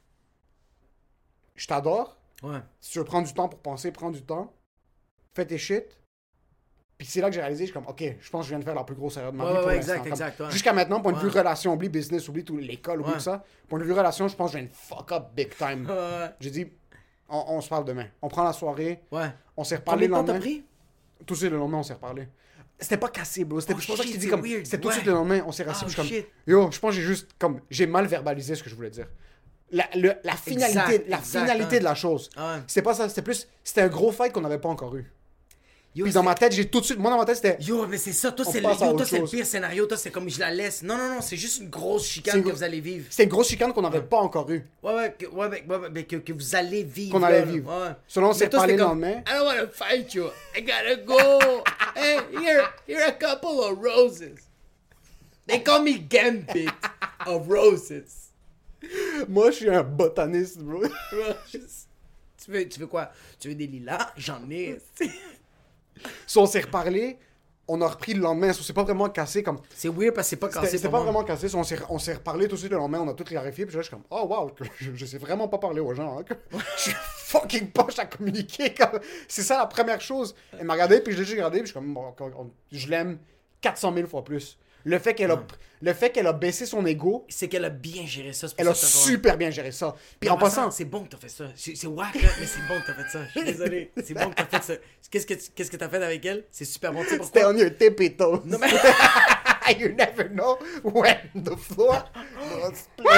je t'adore. Ouais. Si tu veux prendre du temps pour penser, prends du temps. Fais tes shit. Puis c'est là que j'ai réalisé, je suis comme, ok, je pense que je viens de faire la plus grosse erreur de ma Ouais, vie ouais, pour ouais, l'instant. exact, Comme, exact, ouais. Jusqu'à maintenant, point de vue Ouais. relation, oublie business, oublie tout l'école, oublie Ouais. tout ça. Point de vue relation, je pense que je viens de fuck up big time. Ouais. J'ai dit, on, on se parle demain. On prend la soirée. Ouais. On s'est reparlé Combien le de temps t'as lendemain. pris? Tout de suite, le lendemain, on s'est reparlé. C'était pas cassé, bro. C'était Oh, c'est pour ça que je shit, t'ai dit c'est comme. weird. C'était tout de Ouais. suite le lendemain, on s'est rassis. Oh, puis je suis shit. comme. Yo, je pense que j'ai juste. Comme. J'ai mal verbalisé ce que je voulais dire. La, le- la finalité, Exact, la exact, finalité hein. de la chose. Ouais. C'était pas ça. C'était plus. C'était un gros fight qu'on n'avait pas encore eu. Yo, Puis dans c'est- ma tête, j'ai tout de suite. Moi, dans ma tête, c'était. Yo, mais c'est ça, toi, On c'est le, passe à yo, autre toi, c'est le chose. pire scénario. Toi, c'est comme je la laisse. Non, non, non, c'est juste une grosse C'est chicane une que gro- vous allez vivre. C'était une grosse chicane qu'on n'avait pas encore eu. Ouais, ouais, que, ouais, mais, ouais, mais que, que vous allez vivre. Qu'on allait là, là. vivre. Ouais. Selon on Mais s'est toi, parlé c'était le comme, lendemain. I don't want to fight you. I gotta go. Hey, you're, you're a couple of roses. They call me Gambit of roses. Moi, je suis un botaniste, bro. Roses. Tu veux, tu veux quoi? Tu veux des lilas? J'en ai. Si on s'est reparlé, on a repris le lendemain. So, c'est pas vraiment cassé comme. C'est weird parce que c'est pas C'était cassé c'était pour pas moi. vraiment cassé. So, on s'est on s'est reparlé tout de suite le lendemain. On a tout clarifié. Puis là, je suis comme, oh wow, que je, je sais vraiment pas parler aux gens. Hein, que je suis fucking poche à communiquer. Comme... C'est ça la première chose. Elle m'a regardé, puis je l'ai juste regardé. Puis je suis comme, bon, on- on- je l'aime quatre cent mille fois plus. Le fait qu'elle a, le fait qu'elle a baissé son ego, C'est qu'elle a bien géré ça. c'est pour elle ça a que t'as- super bien géré ça. Puis en passant, c'est bon que t'as fait ça. C'est c'est whack, là, mais c'est bon que t'as fait ça. Je suis désolé. C'est bon que t'as fait ça. Qu'est-ce que tu- qu'est-ce que t'as fait avec elle? C'est super bon. Tu sais c'était pourquoi? on your tippy toes. Non, mais... You never know when the floor will split.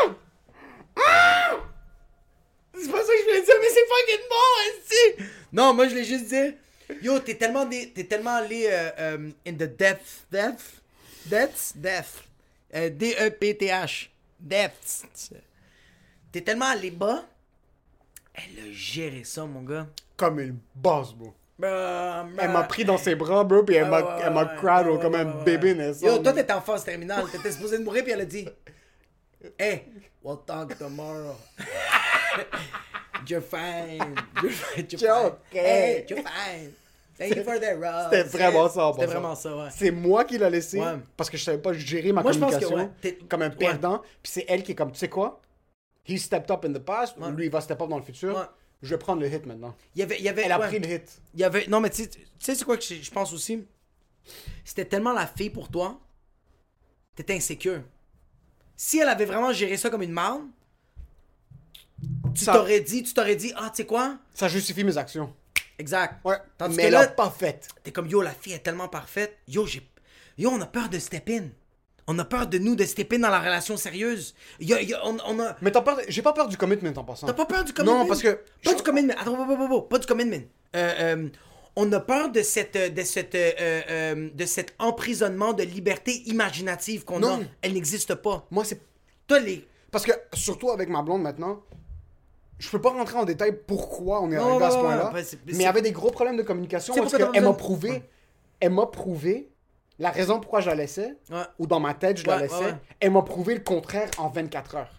C'est pas ça que je voulais dire, mais c'est fucking bon, esti! Non, moi, je voulais juste dire... Yo, t'es tellement, des- t'es tellement allé euh, euh, in the depth... Depth? Depth? Depth. Euh, D E P T H. Depth. T'es tellement allé bas. Elle a géré ça, mon gars. Comme une boss, bro. Bah, Elle m'a pris dans ses bras, bro, puis elle Ouais, m'a ouais, elle m'a ouais, cradle ouais, comme ouais, un ouais, bébé ouais. naissant. Yo, toi, t'étais en phase terminale. T'étais supposé de mourir, puis elle a dit... Hey, we'll talk tomorrow. You're fine. You're fine. You're You're fine. okay. Hey, you're fine. Thank you for the rose. C'était vraiment ça, en C'était passant. vraiment ça, ouais. C'est moi qui l'ai laissé Ouais. parce que je savais pas gérer ma Moi, je pense que, communication ouais, t'es- comme un ouais. perdant. Puis c'est elle qui est comme, tu sais quoi? He stepped up in the past, Ouais. lui il va step up dans le futur. Ouais. Je vais prendre le hit maintenant. Il y avait, il y avait, Elle a ouais. pris le hit. Il y avait, non, mais tu sais, tu sais, c'est quoi que je, je pense aussi? C'était tellement la fille pour toi, t'étais insécure. Si elle avait vraiment géré ça comme une marde, tu Ça- t'aurais dit, tu t'aurais dit, ah, tu sais quoi? Ça justifie mes actions. Exact. Ouais. Tandis mais que elle là, a pas fait. t'es comme, yo, la fille est tellement parfaite. Yo, j'ai, yo, on a peur de step in. On a peur de nous, de step in dans la relation sérieuse. Y a- y a- on, on a... Mais t'as peur, j'ai pas peur du commitment en passant. T'as pas peur du commitment? Non, parce que- Pas je- du commitment. Attends, pas, pas, pas, pas, pas du commitment. Euh, euh, on a peur de cette, euh, de cette, euh, euh, de cet emprisonnement de liberté imaginative qu'on a. Non. Elle n'existe pas. Moi c'est Toi, les... parce que surtout avec ma blonde maintenant, je peux pas rentrer en détail pourquoi on est Non, arrivé à ce ouais, ouais, point-là. ouais, c'est- mais c'est- il y avait des gros problèmes de communication C'est parce pourquoi t'as qu'elle m'a besoin- prouvé, Ouais. elle m'a prouvé la raison pourquoi je la laissais, Ouais. ou dans ma tête je la Ouais, laissais, ouais, ouais. elle m'a prouvé le contraire en vingt-quatre heures.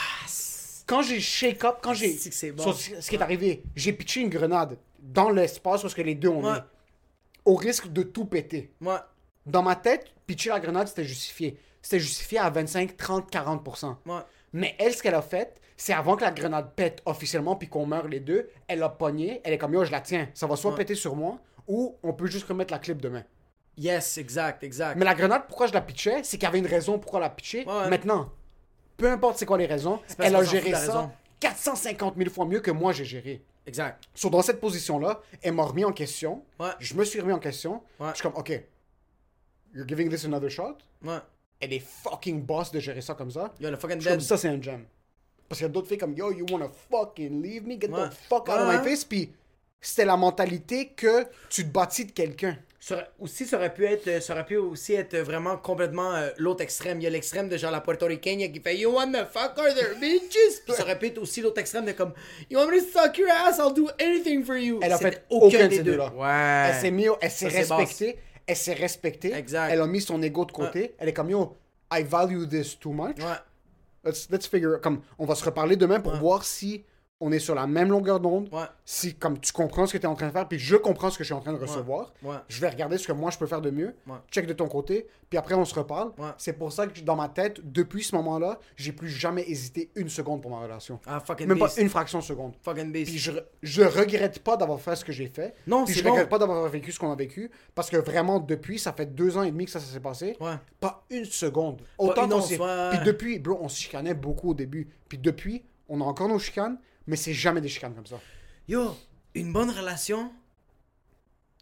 Quand j'ai shake up, quand j'ai... C'est que c'est bon. sur ce ce qui est arrivé, j'ai pitché une grenade dans l'espace parce que les deux on Ouais. est, au risque de tout péter. Moi, Dans ma tête, pitcher la grenade, c'était justifié. C'était justifié à vingt-cinq, trente, quarante pour cent. moi, Mais elle, ce qu'elle a fait, c'est avant que la grenade pète officiellement puis qu'on meure les deux, elle a pogné, elle est comme yo, je la tiens. Ça va soit Ouais. péter sur moi ou on peut juste remettre la clip demain. yes, exact, exact. Mais la grenade, pourquoi je la pitchais, c'est qu'il y avait une raison pourquoi la pitcher. Ouais, ouais. Maintenant, peu importe c'est quoi les raisons, parce elle qu'on a s'en fout géré de la ça raison. quatre cent cinquante mille fois mieux que moi j'ai géré. Exact. So, dans cette position-là, elle m'a remis en question. Ouais. Je me suis remis en question. Ouais. Je suis comme, OK, you're giving this another shot. Ouais. Elle est fucking boss de gérer ça comme ça. Yo, le fucking Je suis comme, dead. ça, c'est un gem. Parce qu'il y a d'autres filles comme, yo, you wanna fucking leave me? Get Ouais. the fuck out Ouais, of my ouais. face. Puis c'était la mentalité que tu te bâtis de quelqu'un. Ça aurait- aussi, ça aurait pu être, euh, ça aurait pu aussi être vraiment complètement euh, l'autre extrême. Il y a l'extrême de genre la portoricaine qui fait You wanna fuck other bitches? Puis ça aurait pu être aussi l'autre extrême de comme You want me to suck your ass? I'll do anything for you. Elle a C'était fait aucun de des ces deux-là. Ouais. Elle s'est mis, elle s'est Ça, c'est respectée. Elle s'est respectée. Exact. Elle a mis son ego de côté. Elle est comme, yo, I value this too much. Ouais. Let's, let's figure, comme, on va se reparler demain pour Ouais. voir si on est sur la même longueur d'onde. Ouais. Si, comme, tu comprends ce que tu es en train de faire, puis je comprends ce que je suis en train de recevoir. Ouais. Je vais regarder ce que moi je peux faire de mieux. Ouais. Check de ton côté, puis après on se reparle. Ouais. C'est pour ça que dans ma tête, depuis ce moment-là, j'ai plus jamais hésité une seconde pour ma relation. Ah, fucking Même beast. pas une fraction de seconde. Fucking beast. Puis je, je regrette pas d'avoir fait ce que j'ai fait. Non, puis c'est je regrette bon. pas d'avoir vécu ce qu'on a vécu. Parce que vraiment, depuis, ça fait deux ans et demi que ça, ça s'est passé. Ouais. Pas une seconde. Autant une qu'on once, s'est- ouais. Puis depuis, bro, on se chicanait beaucoup au début. Puis depuis, on a encore nos chicanes, mais c'est jamais des chicanes comme ça. Yo, une bonne relation,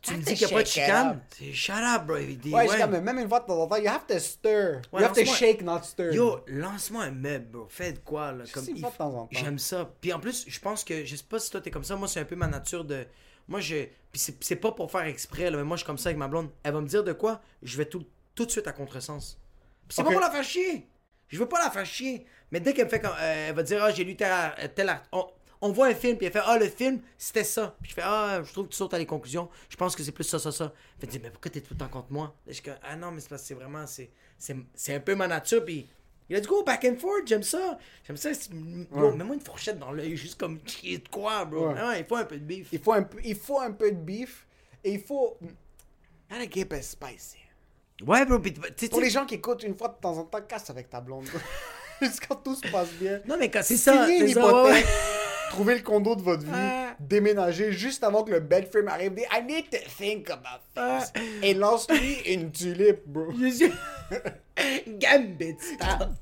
Tu me dis qu'il n'y a pas de chicane? C'est shut up, bro. Il dit, Ouais, ouais. je comme, même une fois de temps en temps, you have to stir. Ouais, you have to lance-moi- shake, not stir. Yo, lance-moi un meuble, bro. Fais de quoi, là? Comme, sais, une il fois de f- temps en temps. J'aime ça. Puis en plus, je pense que, je sais pas si toi t'es comme ça, moi c'est un peu ma nature de... Moi, je... Puis c'est, c'est pas pour faire exprès, là, mais moi je suis comme ça avec ma blonde. Elle va me dire de quoi, je vais tout, tout de suite à contresens. Puis c'est Ok. pas pour la faire chier. Je veux pas la faire chier. Mais dès qu'elle me fait comme... euh, elle va dire, ah, j'ai lu tel, tel art- on, on voit un film, puis elle fait, ah, le film, c'était ça. Puis je fais, ah, je trouve que tu sautes à les conclusions. Je pense que c'est plus ça, ça, ça. Elle me dit, mais pourquoi t'es tout le temps contre moi? Là, je suis comme, ah non, mais c'est parce que c'est vraiment... C'est, c'est, c'est un peu ma nature, puis... Let's go back and forth, j'aime ça. J'aime ça. C'est... Bro, Ouais. mets-moi une fourchette dans l'œil, juste comme chier de quoi, bro. Ouais. Ah ouais, il faut un peu de beef. Il faut un peu, il faut un peu de beef et il faut. Gotta keep it spicy. Ouais, bro, pis tu sais, Pour les gens qui écoutent une fois de temps en temps, casse avec ta blonde. Juste quand tout se passe bien. Non, mais quand c'est ça, Signer une c'est ça, ouais, hypothèque, ouais. trouver le condo de votre vie, Ah. déménager juste avant que le bed frame arrive. Dis, I need to think about this. Et lance-lui une tulipe, bro. Je suis... Gambit style.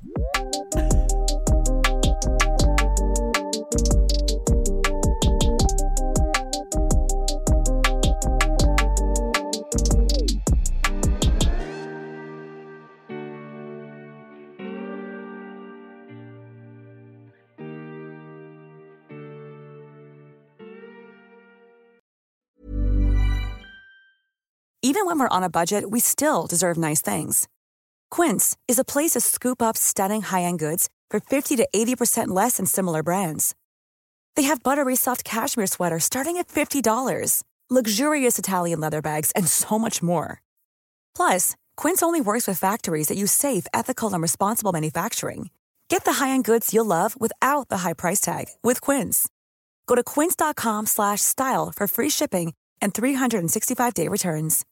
Even when we're on a budget, we still deserve nice things. Quince is a place to scoop up stunning high-end goods for fifty to eighty percent less than similar brands. They have buttery soft cashmere sweaters starting at fifty dollars, luxurious Italian leather bags, and so much more. Plus, Quince only works with factories that use safe, ethical, and responsible manufacturing. Get the high-end goods you'll love without the high price tag with Quince. Go to quince.com slash style for free shipping and three sixty-five day returns.